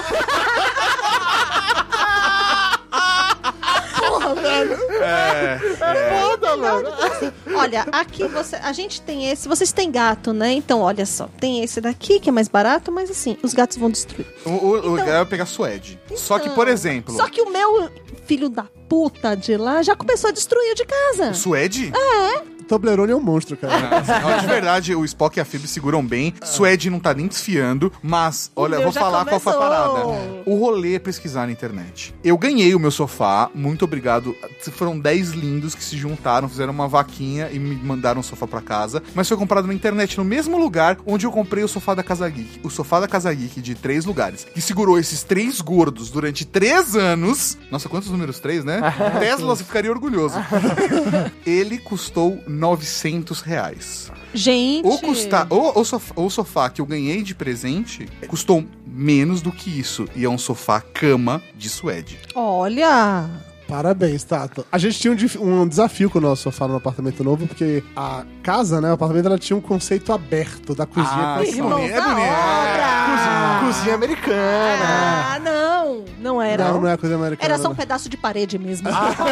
É, É foda, mano. Olha, aqui você, a gente tem esse. Vocês têm gato, né? Então, olha só. Tem esse daqui que é mais barato, mas assim, os gatos vão destruir. o, o, o Então- legal é pegar suede. Só que, Então, por exemplo, Só que o meu filho da puta de lá já começou a destruir o de casa. suede? Toblerone é um monstro, cara. Não, de verdade, o Spock e a Phoebe seguram bem. Suede não tá nem desfiando, mas, olha, meu vou já falar qual foi a começou. parada. O rolê é pesquisar na internet. Eu ganhei o meu sofá, muito obrigado. Foram dez lindos que se juntaram, fizeram uma vaquinha e me mandaram o sofá pra casa. Mas foi comprado na internet, no mesmo lugar onde eu comprei o sofá da Casa Geek. O sofá da Casa Geek de três lugares, que segurou esses três gordos durante três anos. Nossa, quantos números? Três, né? Tesla ficaria orgulhoso. Ele custou novecentos reais. Gente. O, custa, o, o, sofá, o sofá que eu ganhei de presente custou menos do que isso. E é um sofá cama de suede. Olha. Parabéns, Tato. A gente tinha um, dif- um desafio com o nosso sofá no apartamento novo, porque a casa, né, o apartamento, ela tinha um conceito aberto da cozinha Ah, com a sim. sala. Irmãos é da bonito. obra. Cozinha, cozinha americana. Ah, não. Não era. Não, não é coisa americana. Era só um pedaço de parede mesmo.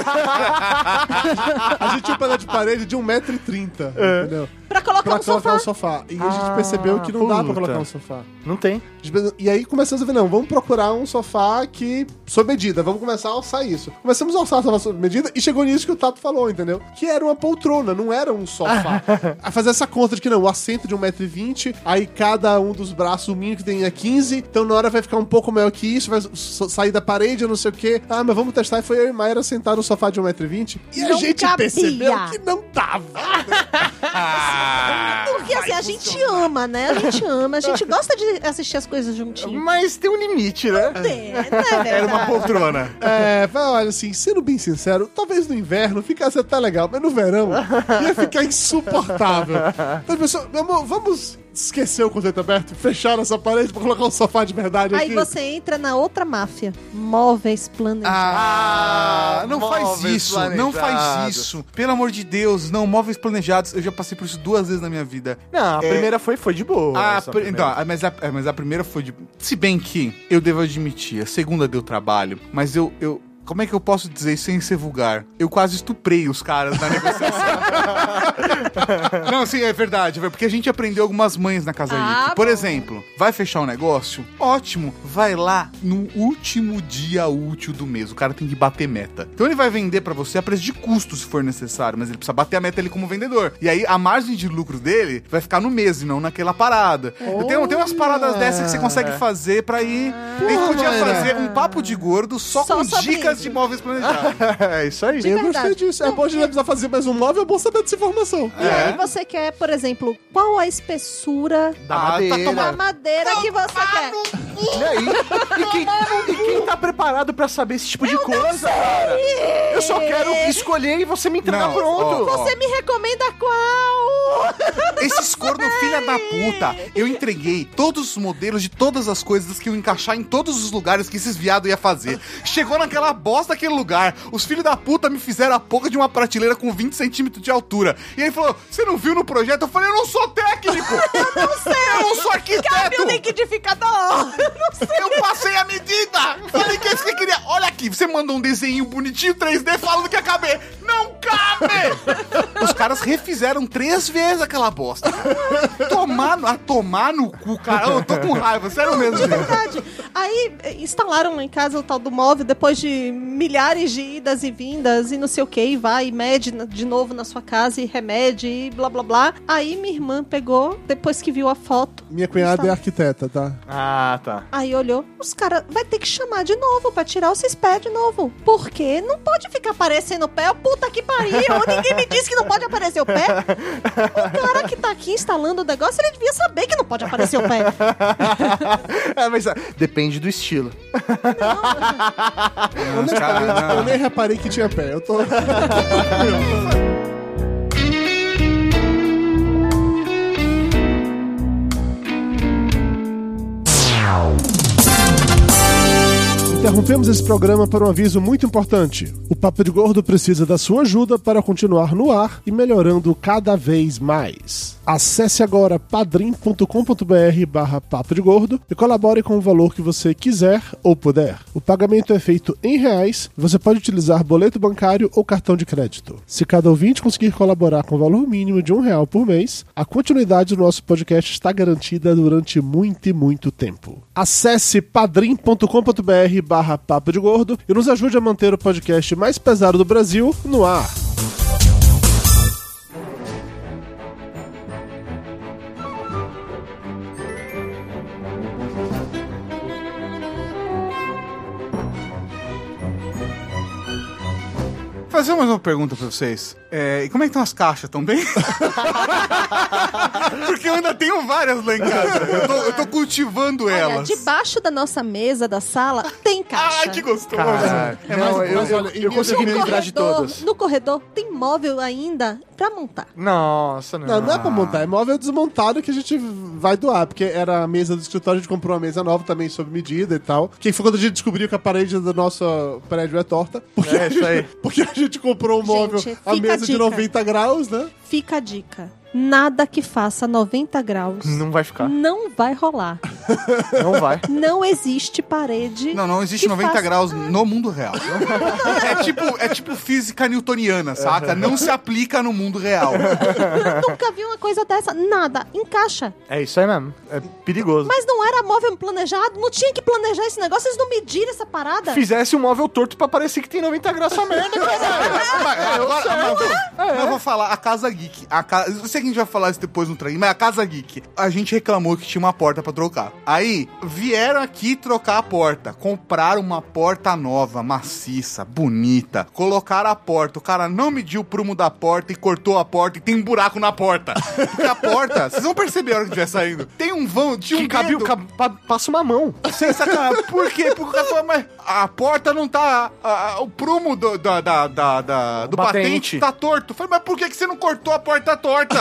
A gente tinha um pedaço de parede de um metro e trinta, entendeu? Pra colocar Pra um colocar sofá. um sofá. E a gente Ah, percebeu que não dá pra puta. colocar um sofá. Não tem. A gente pensou- E aí começamos a ver, não, vamos procurar um sofá que, sob medida, vamos começar a alçar isso. Começamos a alçar o sofá sob medida e chegou nisso que o Tato falou, entendeu? Que era uma poltrona, não era um sofá. A fazer essa conta de que não, o assento de um metro e vinte, aí cada um dos braços, o mínimo que tem é quinze, então na hora vai ficar um pouco maior que isso, vai so- sair da parede, eu não sei o quê. Ah, mas vamos testar. E foi eu e Mayra sentar no sofá de um metro e vinte e a Não gente cabia. percebeu que não dava. Porque assim, a gente ama, né? A gente ama, a gente gosta de assistir as coisas juntinho. Mas tem um limite, né? É, não é verdade? Era uma poltrona. É, vai, olha assim, sendo bem sincero, talvez no inverno ficasse até legal, mas no verão ia ficar insuportável. Então, pessoal, meu amor, vamos esquecer o conceito aberto, fechar essa parede pra colocar um sofá de verdade Aí aqui. você entra na outra máfia. Móveis planejados. Ah, não faz móveis isso, não faz planejados. isso. Pelo amor de Deus, não, móveis planejados, eu já passei por isso duas vezes na minha vida. Não, a É. primeira foi, foi de boa. Ah, essa pr- primeira. então, ah, mas a, é, mas a primeira foi de... Se bem que, eu devo admitir, a segunda deu trabalho, mas eu... eu como é que eu posso dizer sem ser vulgar? Eu quase estuprei os caras na negociação. Não, sim, é verdade, velho, porque a gente aprendeu algumas manhas na Casa Ah, Ike. Por bom. exemplo, vai fechar um negócio? Ótimo, vai lá no último dia útil do mês. O cara tem que bater meta. Então ele vai vender pra você a preço de custo, se for necessário, mas ele precisa bater a meta ali como vendedor. E aí a margem de lucro dele vai ficar no mês e não naquela parada. Tem, tem umas paradas dessas que você consegue fazer pra ir. A gente podia Mayra. fazer um papo de gordo só, Só com sobre dicas isso. de móveis planejados. É isso aí. De Eu verdade. gostei disso. É bom a gente não precisar fazer mais um móvel, é bom saber dessa informação. E aí você quer, por exemplo, qual a espessura Da Ah, tá madeira. da madeira que você quer? Né? E, e quem, e quem tá preparado pra saber esse tipo de coisa, cara? Eu só quero escolher e você me entregar Não, pronto. ó, ó. Você me recomenda qual? Esses corno filha da puta, eu entreguei todos os modelos de todas as coisas que eu encaixar em todos os lugares que esses viados ia fazer. Chegou naquela bosta daquele lugar, os filhos da puta me fizeram a porra de uma prateleira com vinte centímetros de altura. E ele falou, você não viu no projeto? Eu falei, eu não sou técnico! Eu não sei! Eu não sou Cabe arquiteto! o liquidificador! Eu passei a medida! Falei que é isso que eu queria. Olha aqui, você mandou um desenho bonitinho três D falando que ia caber. Não cabe! Os caras refizeram três vezes aquela bosta. Tomar, no- a tomar no cu, cara. Eu tô com raiva, sério mesmo. De verdade. Aí eh, instalaram lá em casa o tal do móvel depois de milhares de idas e vindas e não sei o que, e vai e mede na- de novo na sua casa e remede e blá blá blá. Aí minha irmã pegou, depois que viu a foto. Minha cunhada é Está- arquiteta, tá? Ah, tá. Aí olhou, os caras vai ter que chamar de novo pra tirar esses pés de novo. Porque não pode ficar aparecendo o pé. Puta que pariu, ninguém me disse que não pode aparecer o pé. O cara que tá aqui instalando o negócio, ele devia saber que não pode aparecer o pé. É, mas ah, depende do estilo. Honestamente, eu nem reparei que tinha pé. Eu tô. Interrompemos esse programa para um aviso muito importante. O Papo de Gordo precisa da sua ajuda para continuar no ar e melhorando cada vez mais. Acesse agora padrim.com.br barra Papo de Gordo e colabore com o valor que você quiser ou puder. O pagamento é feito em reais, você pode utilizar boleto bancário ou cartão de crédito. Se cada ouvinte conseguir colaborar com o valor mínimo de um real por mês, a continuidade do nosso podcast está garantida durante muito e muito tempo. Acesse padrim.com.br barra Papo de Gordo e nos ajude a manter o podcast mais pesado do Brasil no ar. Fazer mais uma pergunta pra vocês. É, e como é que estão as caixas? Tão bem? Porque eu ainda tenho várias lá em casa. Eu tô, eu tô cultivando Olha, elas. debaixo da nossa mesa da sala tem caixa. Ai, que gostoso. Cara, É não, mais- eu, mas eu, olha, eu em consegui me No livrar de corredor, todas. no corredor tem móvel ainda pra montar. Nossa, não. Não, não é pra montar, é móvel desmontado que a gente vai doar, porque era a mesa do escritório, a gente comprou uma mesa nova também sob medida e tal. Que foi quando a gente descobriu que a parede do nosso prédio é torta. Porque, É, isso aí. porque a gente comprou um móvel, Gente, a fica mesa a de dica. noventa graus, né? Fica a dica. nada que faça noventa graus Não vai ficar. não vai rolar. Não vai. Não existe parede. Não, não existe que noventa faça- graus no mundo real. É tipo, é tipo física newtoniana, saca? Não se aplica no mundo real. Eu nunca vi uma coisa dessa. Nada. Encaixa. É isso aí mesmo. É perigoso. Mas não era móvel planejado? Não tinha que planejar esse negócio? Eles não mediram essa parada? Fizesse um móvel torto pra parecer que tem noventa graus essa merda, caralho. Mas, agora, mas, mas eu vou falar, a Casa Geek. A ca... Eu sei que a gente vai falar isso depois no trem, mas a Casa Geek, a gente reclamou que tinha uma porta pra trocar. Aí, vieram aqui trocar a porta. Compraram uma porta nova, maciça, bonita. Colocaram a porta. O cara não mediu o prumo da porta e cortou a porta e tem um buraco na porta. Porque a porta, vocês vão perceber a hora que estiver saindo. Tem um vão, tinha um Que cabia, dedo. cab- pa- passa uma mão. Sem sacanagem. Por quê? Porque o cara falou, mas a porta não tá... a- a- o prumo do, da, da, da, da- do Batente. patente tá torto. Eu falei, mas por que, que você não cortou a porta torta?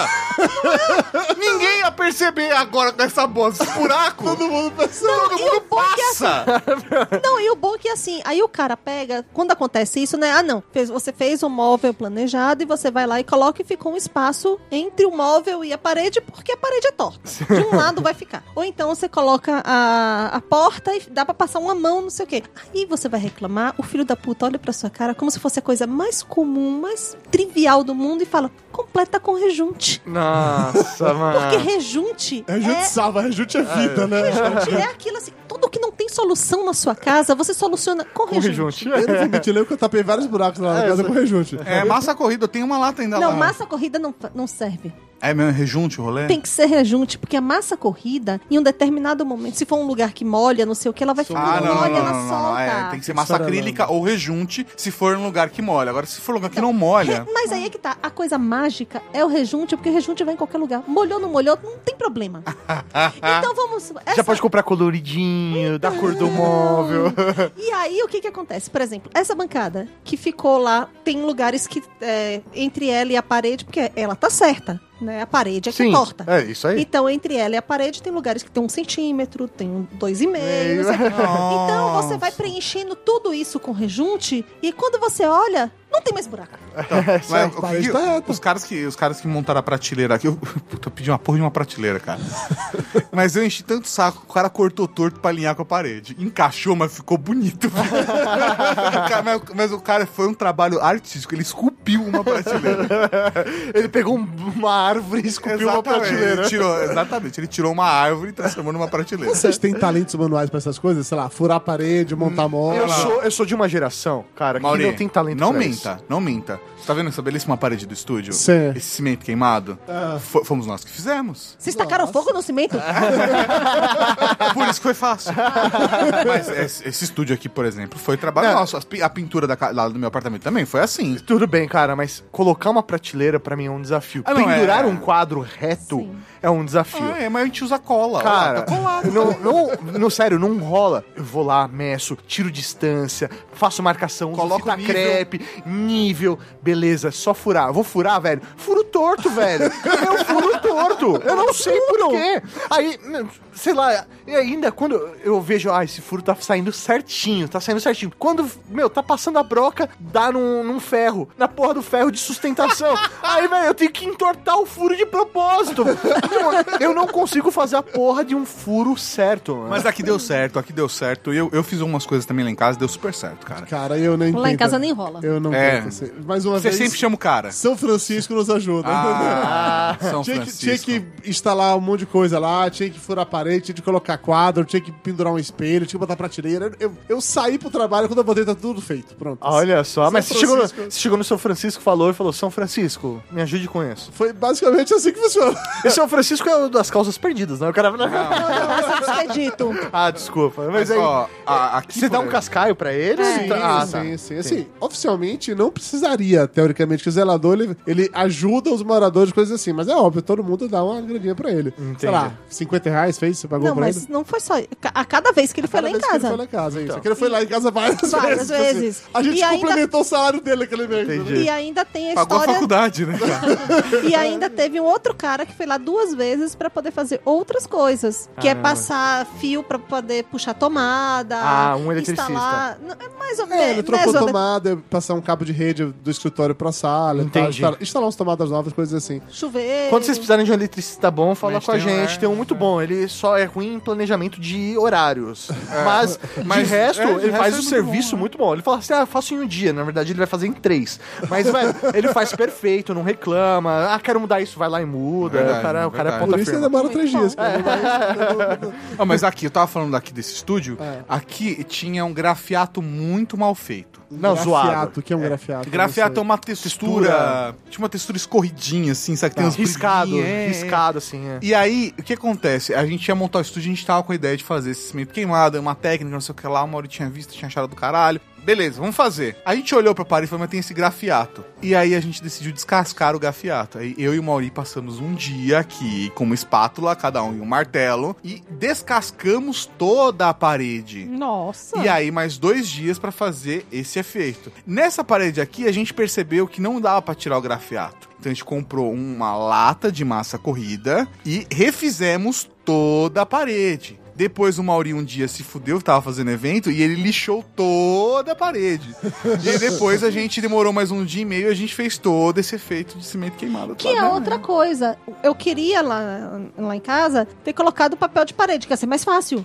Ninguém ia perceber agora com essa bosta. Esse buraco. Todo mundo passa. Todo e mundo o bom que é passa. Não, e o bom é que assim, aí o cara pega, quando acontece isso, né? Ah, não, fez, você fez um móvel planejado e você vai lá e coloca e ficou um espaço entre o móvel e a parede, porque a parede é torta. De um lado vai ficar. Ou então você coloca a, a porta e dá pra passar uma mão, não sei o quê. Aí você vai reclamar, o filho da puta olha pra sua cara como se fosse a coisa mais comum, mais trivial do mundo e fala, completa com rejunte. Nossa, mano. Porque rejunte Rejunte é... salva, rejunte é vida, né? Rejunte é aquilo assim, tudo que não tem solução na sua casa, você soluciona com, Com rejunte. rejunte. Eu não vou mentir, lembro que eu tapei vários buracos lá na casa com rejunte. É, massa corrida, eu tenho uma lata ainda Não, lá. massa corrida não, não serve. É mesmo, rejunte o rolê? Tem que ser rejunte, porque a massa corrida, em um determinado momento, se for um lugar que molha, não sei o que, ela vai ficar Ah, não, não, molha, não, ela não, não, solta. não. É, tem que ser Tem massa que ser acrílica ou rejunte se for um lugar que molha. Agora, se for um lugar que não molha... Mas aí é que tá, a coisa mágica é o rejunte, porque o rejunte vai em qualquer lugar. Molhou, não molhou, não tem problema. Então vamos... essa- Já pode comprar coloridinho, da cor do móvel. E aí, o que que acontece? Por exemplo, essa bancada que ficou lá, tem lugares que, é, entre ela e a parede, porque ela tá certa, né? A parede é que é torta. É isso aí. Então, entre ela e a parede, tem lugares que tem um centímetro, tem um dois e meio, não sei o quê. Nossa. Então, você vai preenchendo tudo isso com rejunte, e quando você olha, não tem mais buraco. Mas, o parede que- tá reta. os, caras que, os caras que montaram a prateleira aqui, eu, puta, eu pedi uma porra de uma prateleira, cara. Mas eu enchi tanto saco, o cara cortou torto pra alinhar com a parede. Encaixou, mas ficou bonito. O cara- mas, mas o cara foi um trabalho artístico, ele esculpiu uma prateleira. Ele pegou um- uma árvore e esculpiu uma Exatamente, prateleira. Ele tirou, exatamente, ele tirou uma árvore e transformou numa prateleira. Vocês têm talentos manuais pra essas coisas? Sei lá, furar a parede, montar móvel. Eu sou, eu sou de uma geração, cara, Mauri, que não tem talento não pra minta, isso. não minta. Você tá vendo essa belíssima parede do estúdio? Sim. Esse cimento queimado? Fo- fomos nós que fizemos. Vocês tacaram fogo no cimento? Por isso que foi fácil. Mas esse, esse estúdio aqui, por exemplo, foi trabalho Não. nosso. As pi- A pintura da, ca- lá do meu apartamento também foi assim. Tudo bem, cara, mas colocar uma prateleira pra mim é um desafio. Ah, não, Pendurar é- um quadro reto Sim. é um desafio. Ah, é, mas a gente usa cola. Cara, Ó, tá colado. não, não, não, sério, não rola. Eu vou lá, meço, tiro distância, faço marcação, uso Coloco fita nível. crepe, nível, beleza, é só furar. Vou furar, velho? Furo torto, velho. Eu furo torto. Eu não sei por quê. Aí, sei lá, e ainda quando eu vejo, ah, esse furo tá saindo certinho, tá saindo certinho. Quando, meu, tá passando a broca, dá num, num ferro, na porra do ferro de sustentação. Aí, velho, eu tenho que entortar o furo de propósito. Eu não consigo fazer a porra de um furo certo, mano. Mas aqui deu certo, aqui deu certo. E eu, eu fiz umas coisas também lá em casa, deu super certo, cara. Cara, eu nem Lá em tento. casa nem rola. Eu não É. tento. assim. Mais uma Você vez, sempre chama o cara. São Francisco nos ajuda. Ah, São tinha, que, Francisco. tinha que instalar um monte de coisa lá, tinha que furar a parede, tinha que colocar quadro, tinha que pendurar um espelho, tinha que botar prateleira. Eu, eu saí pro trabalho, quando eu voltei tá tudo feito. Pronto. Olha só, São mas você chegou, no, Francisco. você chegou no São Francisco, falou e falou, São Francisco, me ajude com isso. Foi basicamente assim que funciona. E São Francisco é o das causas perdidas, né? O cara... Isso é dito. Ah, desculpa. Mas, Mas, aí, ó, a- aqui você dá por- um cascaio pra eles? É. Sim, Ah, sim, tá. sim. Assim, oficialmente não precisaria, teoricamente, que o zelador ele, ele ajuda os moradores, coisas assim. Mas é óbvio, todo mundo dá uma graninha pra ele. Entendi. Sei lá, cinquenta reais fez, você pagou Não, pra mas ele? não foi só. A cada vez que ele foi Cada lá em vez que ele casa. foi lá em casa, é isso. É que ele foi lá em casa várias, Várias vezes. vezes. A gente E ainda- complementou o salário dele aquele mês. Entendi. né? E ainda tem a Pagou a história... faculdade, né, cara? E ainda teve um outro cara que foi lá duas vezes pra poder fazer outras coisas. Que é Caramba. passar fio pra poder puxar tomada. Ah, um eletricista. Instalar... Não, é mais ou É, menos. ele trocou tomada, passar um cabo de rede do escritório pra sala, e tal, Entendi. instalar, instalar umas tomadas novas, coisas assim. Chuveiro. Quando vocês precisarem de um eletricista bom, fala Mas com a tem um- gente. é, Tem um muito é. bom. Ele só é ruim em planejamento de horários. Mas, Mas, de resto, é, de ele resto faz é um muito serviço bom, né? muito bom. Ele fala assim, ah, faço em um dia. Na verdade, ele vai fazer em três. Mas, velho, ele faz perfeito, não reclama. Ah, quero mudar isso, vai lá e muda. Verdade, o cara, o cara é verdade. ponta Por isso ele firme. demora três dias. cara. Ah, mas aqui, eu tava falando aqui desse estúdio, É. aqui tinha um grafiato muito mal feito. Não, zoado. Grafiato, o que é um grafiato? Grafiato é Não uma textura, tinha uma textura escorridinha, assim, sabe? Que tem uns Riscado, brilhinhos, é, é. riscado, assim, é. E aí, o que acontece? A gente ia montar o estúdio, a gente tava com a ideia de fazer esse cimento queimado, uma técnica, não sei o que lá, uma hora tinha visto, tinha achado do caralho. Beleza, vamos fazer. A gente olhou pra parede e falou, mas tem esse grafiato. E aí a gente decidiu descascar o grafiato. Aí eu e o Mauri passamos um dia aqui com uma espátula, cada um e um martelo, e descascamos toda a parede. Nossa. E aí, mais dois dias pra fazer esse efeito. Nessa parede aqui, a gente percebeu que não dava pra tirar o grafiato. Então a gente comprou uma lata de massa corrida e refizemos toda a parede. Depois o Mauri um dia se fudeu, tava fazendo evento, e ele lixou toda a parede. E depois a gente demorou mais um dia e meio e a gente fez todo esse efeito de cimento queimado. Que é outra coisa. Eu queria lá, lá em casa ter colocado papel de parede, que ia ser mais fácil.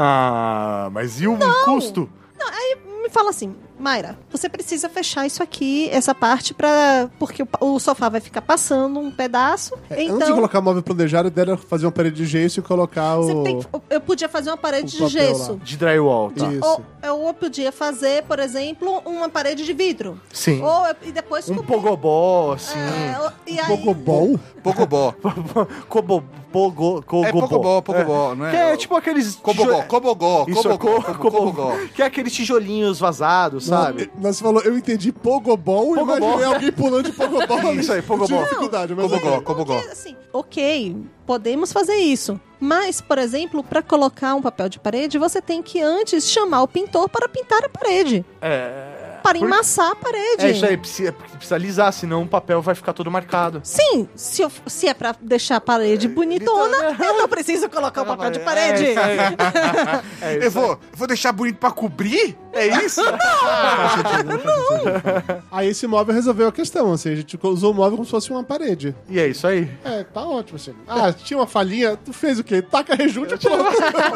Ah, mas e o custo? Não, aí me fala assim, Mayra, você precisa fechar isso aqui, essa parte, pra, porque o, o sofá vai ficar passando um pedaço. É, então, Antes de colocar móvel planejado, era fazer uma parede de gesso e colocar você o... tem que- eu podia fazer uma parede o de papel gesso. lá. De drywall, tá? Isso. Ou eu, eu podia fazer, por exemplo, uma parede de vidro. Sim. Ou eu- e depois Um cobrir. pogobó, assim. É, ou- e aí, Pogobol? Pogobó. Cobo, pogo, cogobó. É pogobó, pogobó, não é? Que é tipo aqueles... Cobogó, tijo- cobogó, Isso, é cobogó, co- cobogó. cobogó. Que é aqueles tijolinhos vazados, sabe? Mas você falou, eu entendi pogobol e Pogobol. imaginei alguém pulando de pogobol ali. Isso aí, pogobol. Tive dificuldade, mas... Cobogó, é. cobogó. porque, assim, ok, podemos fazer isso. Mas, por exemplo, para colocar um papel de parede, você tem que antes chamar o pintor para pintar a parede. É... Para Por- emassar a parede. É isso aí, precisa, precisa alisar, senão o papel vai ficar todo marcado. Sim, se, eu- se é pra deixar a parede bonitona, eu não preciso colocar o papel de parede. É isso aí. É Eu isso vou, eu vou deixar bonito pra cobrir? É isso? Aí esse móvel resolveu a questão, assim, a gente usou o móvel como se fosse uma parede. E é isso aí. É, tá ótimo, assim. Ah, tinha uma falhinha, tu fez o quê? Taca rejunte e pronto.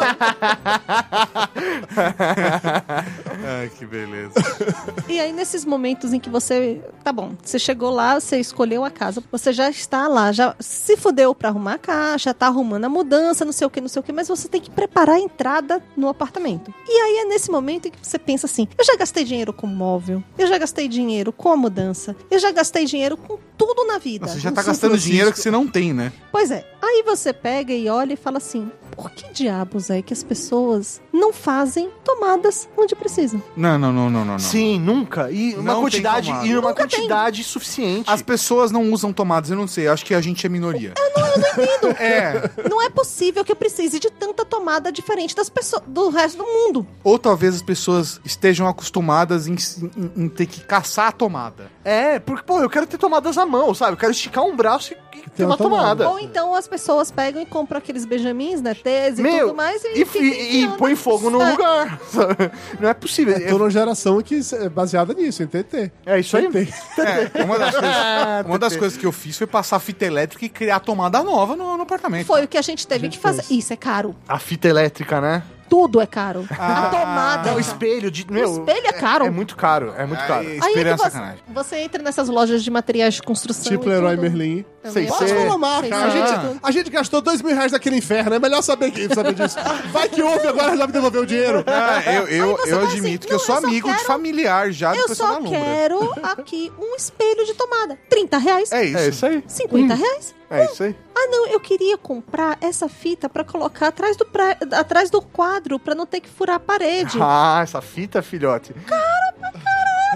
Ai, que beleza. E aí, nesses momentos em que você... Tá bom, você chegou lá, você escolheu a casa, você já está lá, já se fudeu pra arrumar a caixa, tá arrumando a mudança, não sei o que, não sei o que, mas você tem que preparar a entrada no apartamento. E aí é nesse momento em que você pensa assim, eu já gastei dinheiro com móvel, eu já gastei dinheiro com a mudança, eu já gastei dinheiro com tudo na vida. Você já tá São gastando Francisco. dinheiro que você não tem, né? Pois é, aí você pega e olha e fala assim, por que diabos é que as pessoas não fazem tomadas onde precisam? Não, não, não, não, não. não. Sim, nunca. E uma Não quantidade, tem tomada. e uma Nunca quantidade suficiente. As pessoas não usam tomadas, eu não sei, eu acho que a gente é minoria. Eu não, eu não entendo. É, Não é possível que eu precise de tanta tomada diferente das pessoas, do resto do mundo. ou talvez as pessoas estejam acostumadas em, em- em ter que caçar a tomada. É, porque, pô, eu quero ter tomadas à mão, sabe? Eu quero esticar um braço e, e ter uma uma tomada. tomada. Ou então as pessoas pegam e compram aqueles benjamins, né, T's e Meu, tudo mais e, E, fica e, e enfiando. põe fogo no É. lugar. sabe? Não é possível. É toda uma geração que é baseada nisso, em T T. É isso aí. T T. É, uma das, coisas, uma das coisas que eu fiz foi passar fita elétrica e criar tomada nova no, no apartamento. Foi o que a gente teve A gente que fazer. fez. Isso é caro. A fita elétrica, né? Tudo é caro. Ah. a tomada. É o espelho de. Meu, espelho é caro. É, muito caro, é muito caro. Aí, Aí espelho é é que você, sacanagem. você entra nessas lojas de materiais de construção. Tipo e Leroy tudo. Merlin. Também. Sei Pode ser. falar marca. Sei A ser. gente, a gente gastou dois mil reais naquele inferno. É melhor saber, que, saber disso. Vai que houve, agora resolve devolver o dinheiro. Ah, eu eu, você eu fala admito assim, que eu não, sou eu só amigo de quero- familiar já do Eu pessoal da só Lumbra. quero aqui um espelho de tomada. trinta reais. É isso. É isso aí. cinquenta reais. É isso aí. Ah, não, eu queria comprar essa fita pra colocar atrás do, pra... atrás do quadro, pra não ter que furar a parede. Ah, essa fita, filhote.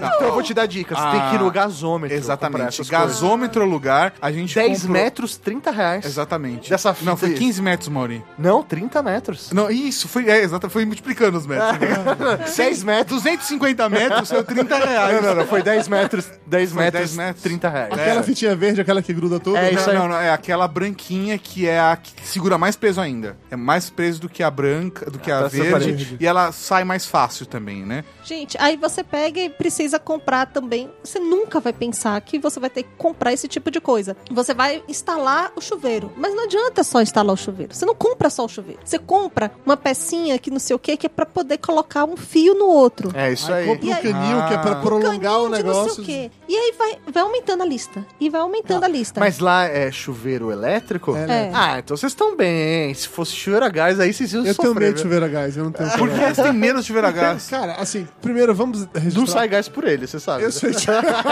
Então eu vou te dar dicas. Você Ah, tem que ir no gasômetro. comprar Exatamente. essas coisas. Gasômetro é o lugar. A gente dez comprou- metros, trinta reais. Exatamente. Dessa fita Não, foi aí. quinze metros, Mauri. Não, trinta metros. Não, isso, foi, é, exato, foi multiplicando os metros. dez metros. duzentos e cinquenta metros, saiu trinta reais. Não, não, não. Foi dez metros. dez Foi metros, dez metros. trinta reais. É. Aquela fitinha verde, aquela que gruda tudo. É, né? isso Não, aí. não, não, é aquela branquinha que é a que segura mais peso ainda. É mais peso do que a branca, do que a tá, essa verde. parede. E ela sai mais fácil também, né? Gente, aí você pega e precisa comprar também. Você nunca vai pensar que você vai ter que comprar esse tipo de coisa. Você vai instalar o chuveiro. Mas não adianta só instalar o chuveiro. Você não compra só o chuveiro. Você compra uma pecinha que não sei o que, que é pra poder colocar um fio no outro. É isso Aí aí. compra E um aí- canil que é pra Ah. prolongar o Caninho de negócio. Não sei o quê. E aí vai, vai aumentando a lista. E vai aumentando a lista. Mas lá é chuveiro elétrico? É, É. Ah, então vocês estão bem. Se fosse chuveiro a gás, aí vocês iam Eu sofrer. tenho medo de viu? chuveiro a gás, eu não tenho Por problema. que você tem menos de ver a gás? Cara, assim, primeiro vamos registrar... Não sai gás por ele, você sabe. Eu sei que...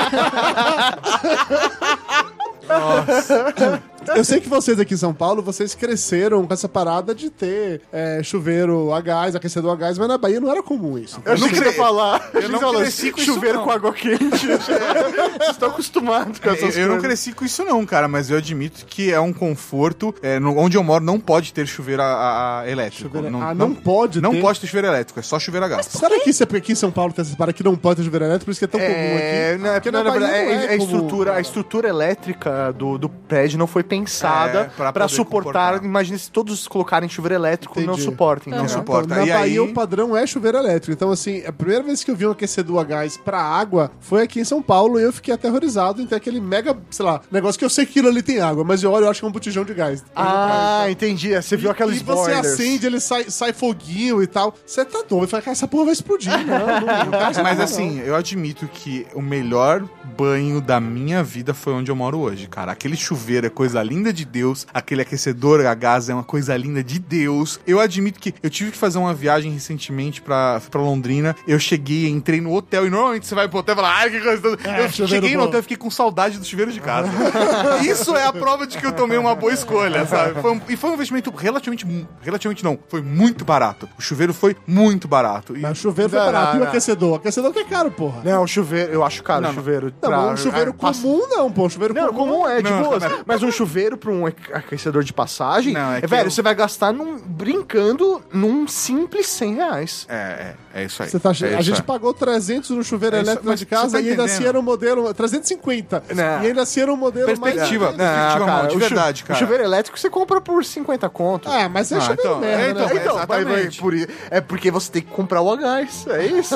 Eu sei que vocês aqui em São Paulo, vocês cresceram com essa parada de ter é, chuveiro a gás, aquecedor a gás, mas na Bahia não era comum isso. Eu não queria falar. Eu não Falando, cresci com isso, chuveiro não. com água quente. Vocês estão acostumados com essas Eu, coisas. eu não cresci com isso não, cara, mas eu admito que é um conforto. É, no- onde eu moro não pode ter chuveiro a, a- a elétrico. Chuveiro- ah, não pode Não ter? pode ter chuveiro elétrico, é só chuveiro a gás. Será que isso é porque aqui em São Paulo tem essa parada que não pode ter chuveiro elétrico, por isso que é tão comum É, aqui? não, é, Porque não, na na verdade, Bahia não é- é a, comum. estrutura, a estrutura elétrica do, do prédio não foi pensada É, pra pra poder suportar. comportar. Imagina se todos colocarem chuveiro elétrico, não Entendi. suportem. Não entendeu? suporta. Então, na E Bahia aí- o padrão é chuveiro elétrico. Então, assim, a primeira vez que eu vi um aquecedor a gás pra água foi aqui em São Paulo e eu fiquei aterrorizado em ter aquele mega, sei lá, negócio que eu sei que aquilo ali tem água, mas eu olho e acho que é um botijão de gás. Ah, entendi. Você viu aquelas E você boilers. acende, ele sai, sai foguinho e tal. Você tá doido. Fala, cara, essa porra vai explodir. Não, não, não tá Mas não. assim, eu admito que o melhor banho da minha vida foi onde eu moro hoje, cara. Aquele chuveiro é coisa linda de Deus, aquele aquecedor a gás é uma coisa linda de Deus. Eu admito que eu tive que fazer uma viagem recentemente pra, pra Londrina. Eu cheguei, entrei no hotel e normalmente você vai pro hotel e fala, ai, que coisa. É, eu chuveiro cheguei no bom. hotel e fiquei com saudade do chuveiro de casa. Isso é a prova de que eu tomei uma boa escolha, sabe? Foi um- e foi um investimento relativamente, mu- relativamente não, foi muito barato. O chuveiro foi muito barato. E Mas o chuveiro foi Não, barato. não, E o não. aquecedor? O aquecedor que é caro, porra. Não, o chuveiro, eu acho caro Não, o chuveiro. Não, pra- mas um chuveiro é, passa- comum não, pô. Um chuveiro Não, comum. comum é, de Não, boas. não. Mas um chuveiro pra um aqu- aquecedor de passagem, Não, é é, que velho, eu- você vai gastar num, brincando num simples cem reais. É, é, é isso aí. Você tá, é a isso gente aí. pagou trezentos no chuveiro É isso, elétrico lá mas de você casa tá e ainda entendendo? assim era um modelo... trezentos e cinquenta. Não. E ainda assim era um modelo Perspectiva. mais... Perspectiva, mano, de o chu- verdade, cara. O chuveiro elétrico você compra por cinquenta conto. Ah, mas é Ah, chuveiro então, merda, é, né? então, Então, mas- mas exatamente. por i- é porque você tem que comprar o a gás. É isso.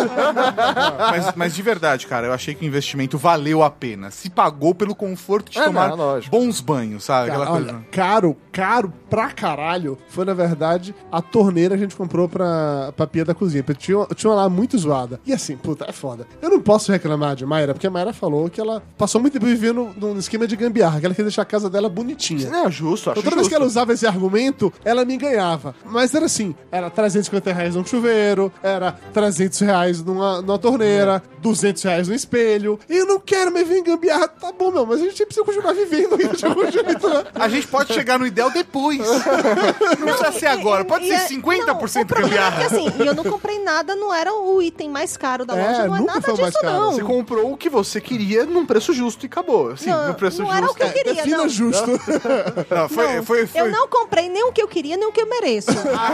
Mas, mas de verdade, cara, eu achei que o investimento valeu a pena. Se pagou pelo conforto de É, tomar não, lógico. bons banhos, sabe? Cara, Aquela olha, coisa. caro, caro pra caralho. Foi, na verdade, a torneira que a gente comprou pra, pra pia da cozinha. Porque tinha, tinha uma lá muito zoada. E assim, puta, é foda. Eu não posso reclamar de Mayra, porque a Mayra falou que ela passou muito tempo vivendo num esquema de gambiarra, que ela queria deixar a casa dela bonitinha. Não, justo, acho Então, toda vez justo. que ela usava esse argumento, ela me ganhava. Mas era assim, era trezentos e cinquenta reais num chuveiro, era trezentos reais numa, numa torneira, duzentos reais no espelho. E eu não quero me ver em gambiarra. Tá bom, meu, mas a gente precisa continuar vivendo ainda de algum jeito, né? A gente pode chegar no ideal depois. Não precisa ser agora, pode E ser é- cinquenta por cento não, o problema gambiarra. é que assim, eu não comprei nada, não era o item mais caro da É, loja, não é nunca nada foi o mais disso, caro. não. Você comprou o que você queria num preço justo e acabou. Assim, Não, no preço não justo. era o que eu queria, Defina não. justo. Não, foi, Não, foi, foi. Eu não comprei nem o que eu queria, nem o que eu mereço.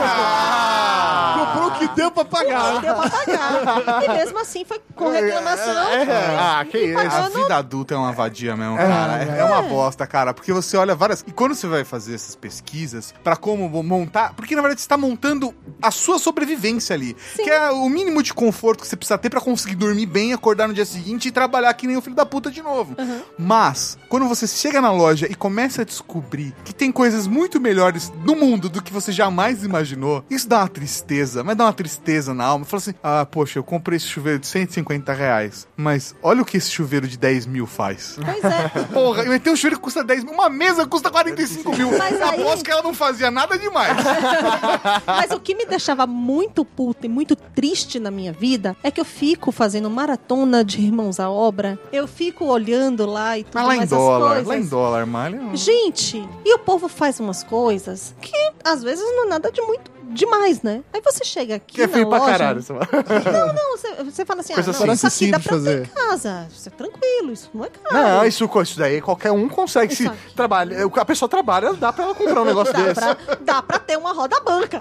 Comprou o que deu pra pagar. Deu pra pagar. E mesmo assim foi com reclamação. É, ah, que e isso. A pagando. vida adulta é uma vadia mesmo, cara. É, é uma bosta, cara. Porque você olha várias. E quando você vai fazer essas pesquisas pra como montar. Porque na verdade você tá montando a sua sobrevivência ali. Sim. Que é o mínimo de conforto que você precisa ter pra conseguir dormir bem, acordar no dia seguinte e trabalhar que nem o filho da puta de novo. Mas, quando você chega na loja e começa a descobrir que tem coisas muito melhores no mundo do que você jamais imaginou, isso dá uma tristeza, mas dá uma tristeza na alma. Fala assim, ah, poxa, eu comprei esse chuveiro de cento e cinquenta reais, mas olha o que esse chuveiro de dez mil faz. Pois é. Porra, eu tenho um chuveiro que custa dez mil, uma mesa custa quarenta e cinco mil. Mas Eu aí- aposto que ela não fazia nada demais. Mas o que me deixava muito puta e muito triste na minha vida é que eu fico fazendo maratona de Irmãos à Obra, eu fico olhando lá e tudo Mas lá em mais as dólar, coisas. lá em dólar, Malha. Gente, e o povo faz umas coisas que às vezes não é nada de muito demais, né? Aí você chega aqui Que é na feio pra loja... caralho. Você Não, não, você, você fala assim, Coisa ah, não, assim. isso aqui dá Parece pra ter simples em casa. Isso é tranquilo, isso não é caro. Não, isso, isso daí qualquer um consegue. Se Exato. trabalha, a pessoa trabalha, dá pra ela comprar um negócio Dá desse. pra, dá pra ter uma roda banca.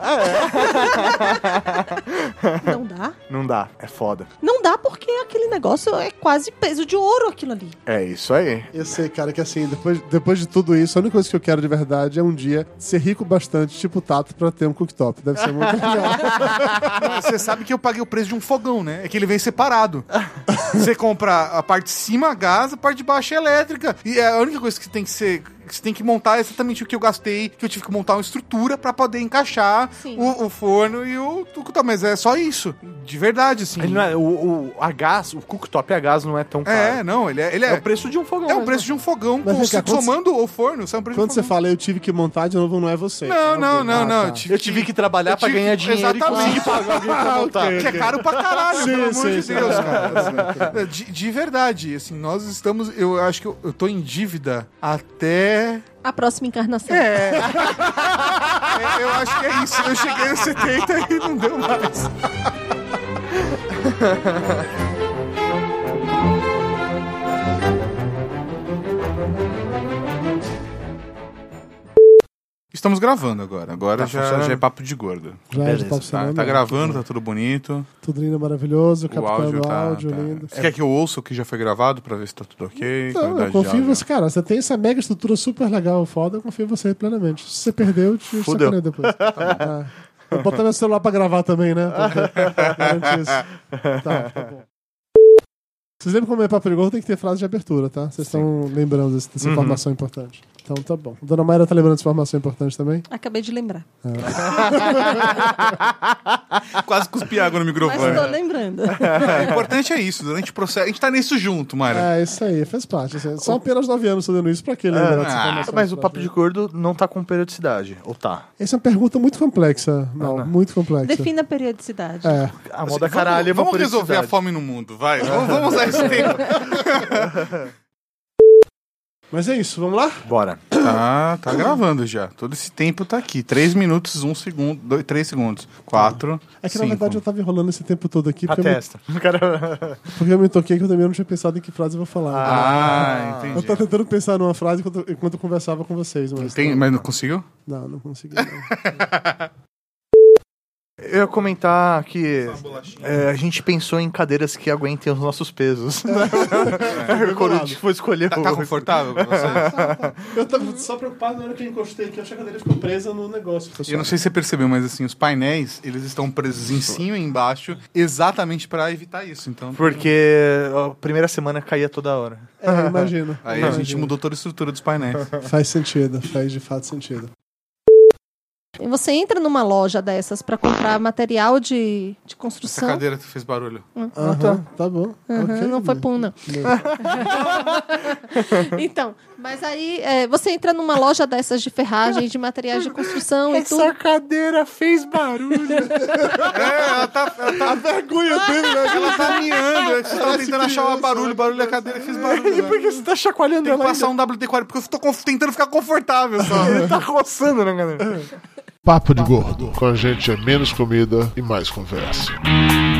É. Não dá? Não dá, é foda. Não dá porque aquele negócio é quase peso de ouro, aquilo ali. É isso aí. Eu sei, cara, que assim, depois, depois de tudo isso, a única coisa que eu quero de verdade é um dia ser rico bastante, tipo o Tato, pra ter um cooktop. Deve ser muito legal. Você sabe que eu paguei o preço de um fogão, né? É que ele vem separado. Você compra a parte de cima a gás, a parte de baixo é elétrica. E a única coisa que tem que ser... que você tem que montar é exatamente o que eu gastei, que eu tive que montar uma estrutura pra poder encaixar o, o forno e o cooktop. Mas é só isso. De verdade, assim. Ele não é, o, o a gás, o cooktop a gás não é tão caro. É, não, ele é... Ele é, É o preço de um fogão. é o mesmo. preço de um fogão. Mas com- vem cá, quando somando o forno, sai um preço Quando de você um fogão. fala eu tive que montar, de novo, não é você. Não, É não, alguém. não, Ah, não. tá. Eu tive que trabalhar Eu pra tive- ganhar dinheiro exatamente. e conseguir pagar alguém pra montar. Ok. Que é caro pra caralho, Sim, pelo amor sim, de sim. Deus, cara. De, de verdade, assim, nós estamos... Eu acho que eu, eu tô em dívida até... A próxima encarnação. É. É, eu acho que é isso. Eu cheguei aos setenta e não deu mais. Estamos gravando agora. Agora Tá já, funcionando? já é papo de gordo. Já, Beleza, já tá Tá, funcionando. tá gravando, tá tudo bonito. Tudo lindo, maravilhoso, O captando áudio tá. áudio, tá. lindo. Você quer que eu ouça o que já foi gravado pra ver se tá tudo ok? Não, eu Qualidade de confio em áudio? você, cara. Você tem essa mega estrutura super legal, foda, eu confio em você plenamente. Se você perdeu, eu te Fudeu. sacaneio depois. Ah, vou botar meu celular pra gravar também, né? Pra garantir isso. Tá, tá bom. Vocês lembram como é Papo de Gordo? Tem que ter frase de abertura, tá? Vocês estão lembrando desse- dessa Uhum. informação importante. Então tá bom. Dona Mayra tá lembrando dessa informação importante também? Acabei de lembrar. Quase cuspi água no Mas microfone. tô lembrando. O importante é isso, durante o processo. A gente tá nisso junto, Mayra. É, isso aí, faz parte. Assim, são apenas nove anos fazendo isso, pra que lembrar dessa Ah, informação? Mas o papo de gordo não tá com periodicidade, ou tá? Essa é uma pergunta muito complexa. Não, não. muito complexa. Defina a periodicidade. É. A Assim, moda caralho é uma vamos resolver a periodicidade. fome no mundo, vai. Vamos, vamos usar esse tempo. Mas é isso, vamos lá? Bora. Tá, tá gravando já. Todo esse tempo tá aqui. Três minutos, um segundo, dois, três segundos. Quatro, É que cinco. na verdade eu tava enrolando esse tempo todo aqui A porque, eu me, testa. O cara... porque eu me toquei que eu também não tinha pensado em que frase eu vou falar. Ah, Eu entendi. tava tentando pensar numa frase enquanto, enquanto eu conversava com vocês, mas. Tem, mas não conseguiu? Não, não consegui. Não. Eu ia comentar que é, a gente pensou em cadeiras que aguentem os nossos pesos. É, quando a gente foi escolher Tá, o... tá confortável pra você? Eu tava só preocupado na hora que eu encostei aqui, eu achei que a cadeira ficou presa no negócio. Eu não sei se você percebeu, mas assim, os painéis, eles estão presos em cima e embaixo, exatamente pra evitar isso. Então, Porque a primeira semana caía toda hora. É, imagino. aí a imagino. gente mudou toda a estrutura dos painéis. Faz sentido, faz de fato sentido. E você entra numa loja dessas pra comprar material de, de Essa construção. cadeira que fez barulho. Aham, tá bom. Uhum, Ok. não foi pum, não. Então, mas aí é, você entra numa loja dessas de ferragem, de materiais de construção e tudo. Essa cadeira fez barulho. É, ela tá, ela tá, A vergonha dele, né? ela tá miando. Vocês estão tentando achar um barulho, barulho da cadeira que fez barulho. E né? por que você tá chacoalhando Tem que ela passar ainda? um W D quarenta, porque eu tô conf- tentando ficar confortável só. Ele tá roçando, né, galera? Papo de Gordo. Com a gente é menos comida e mais conversa.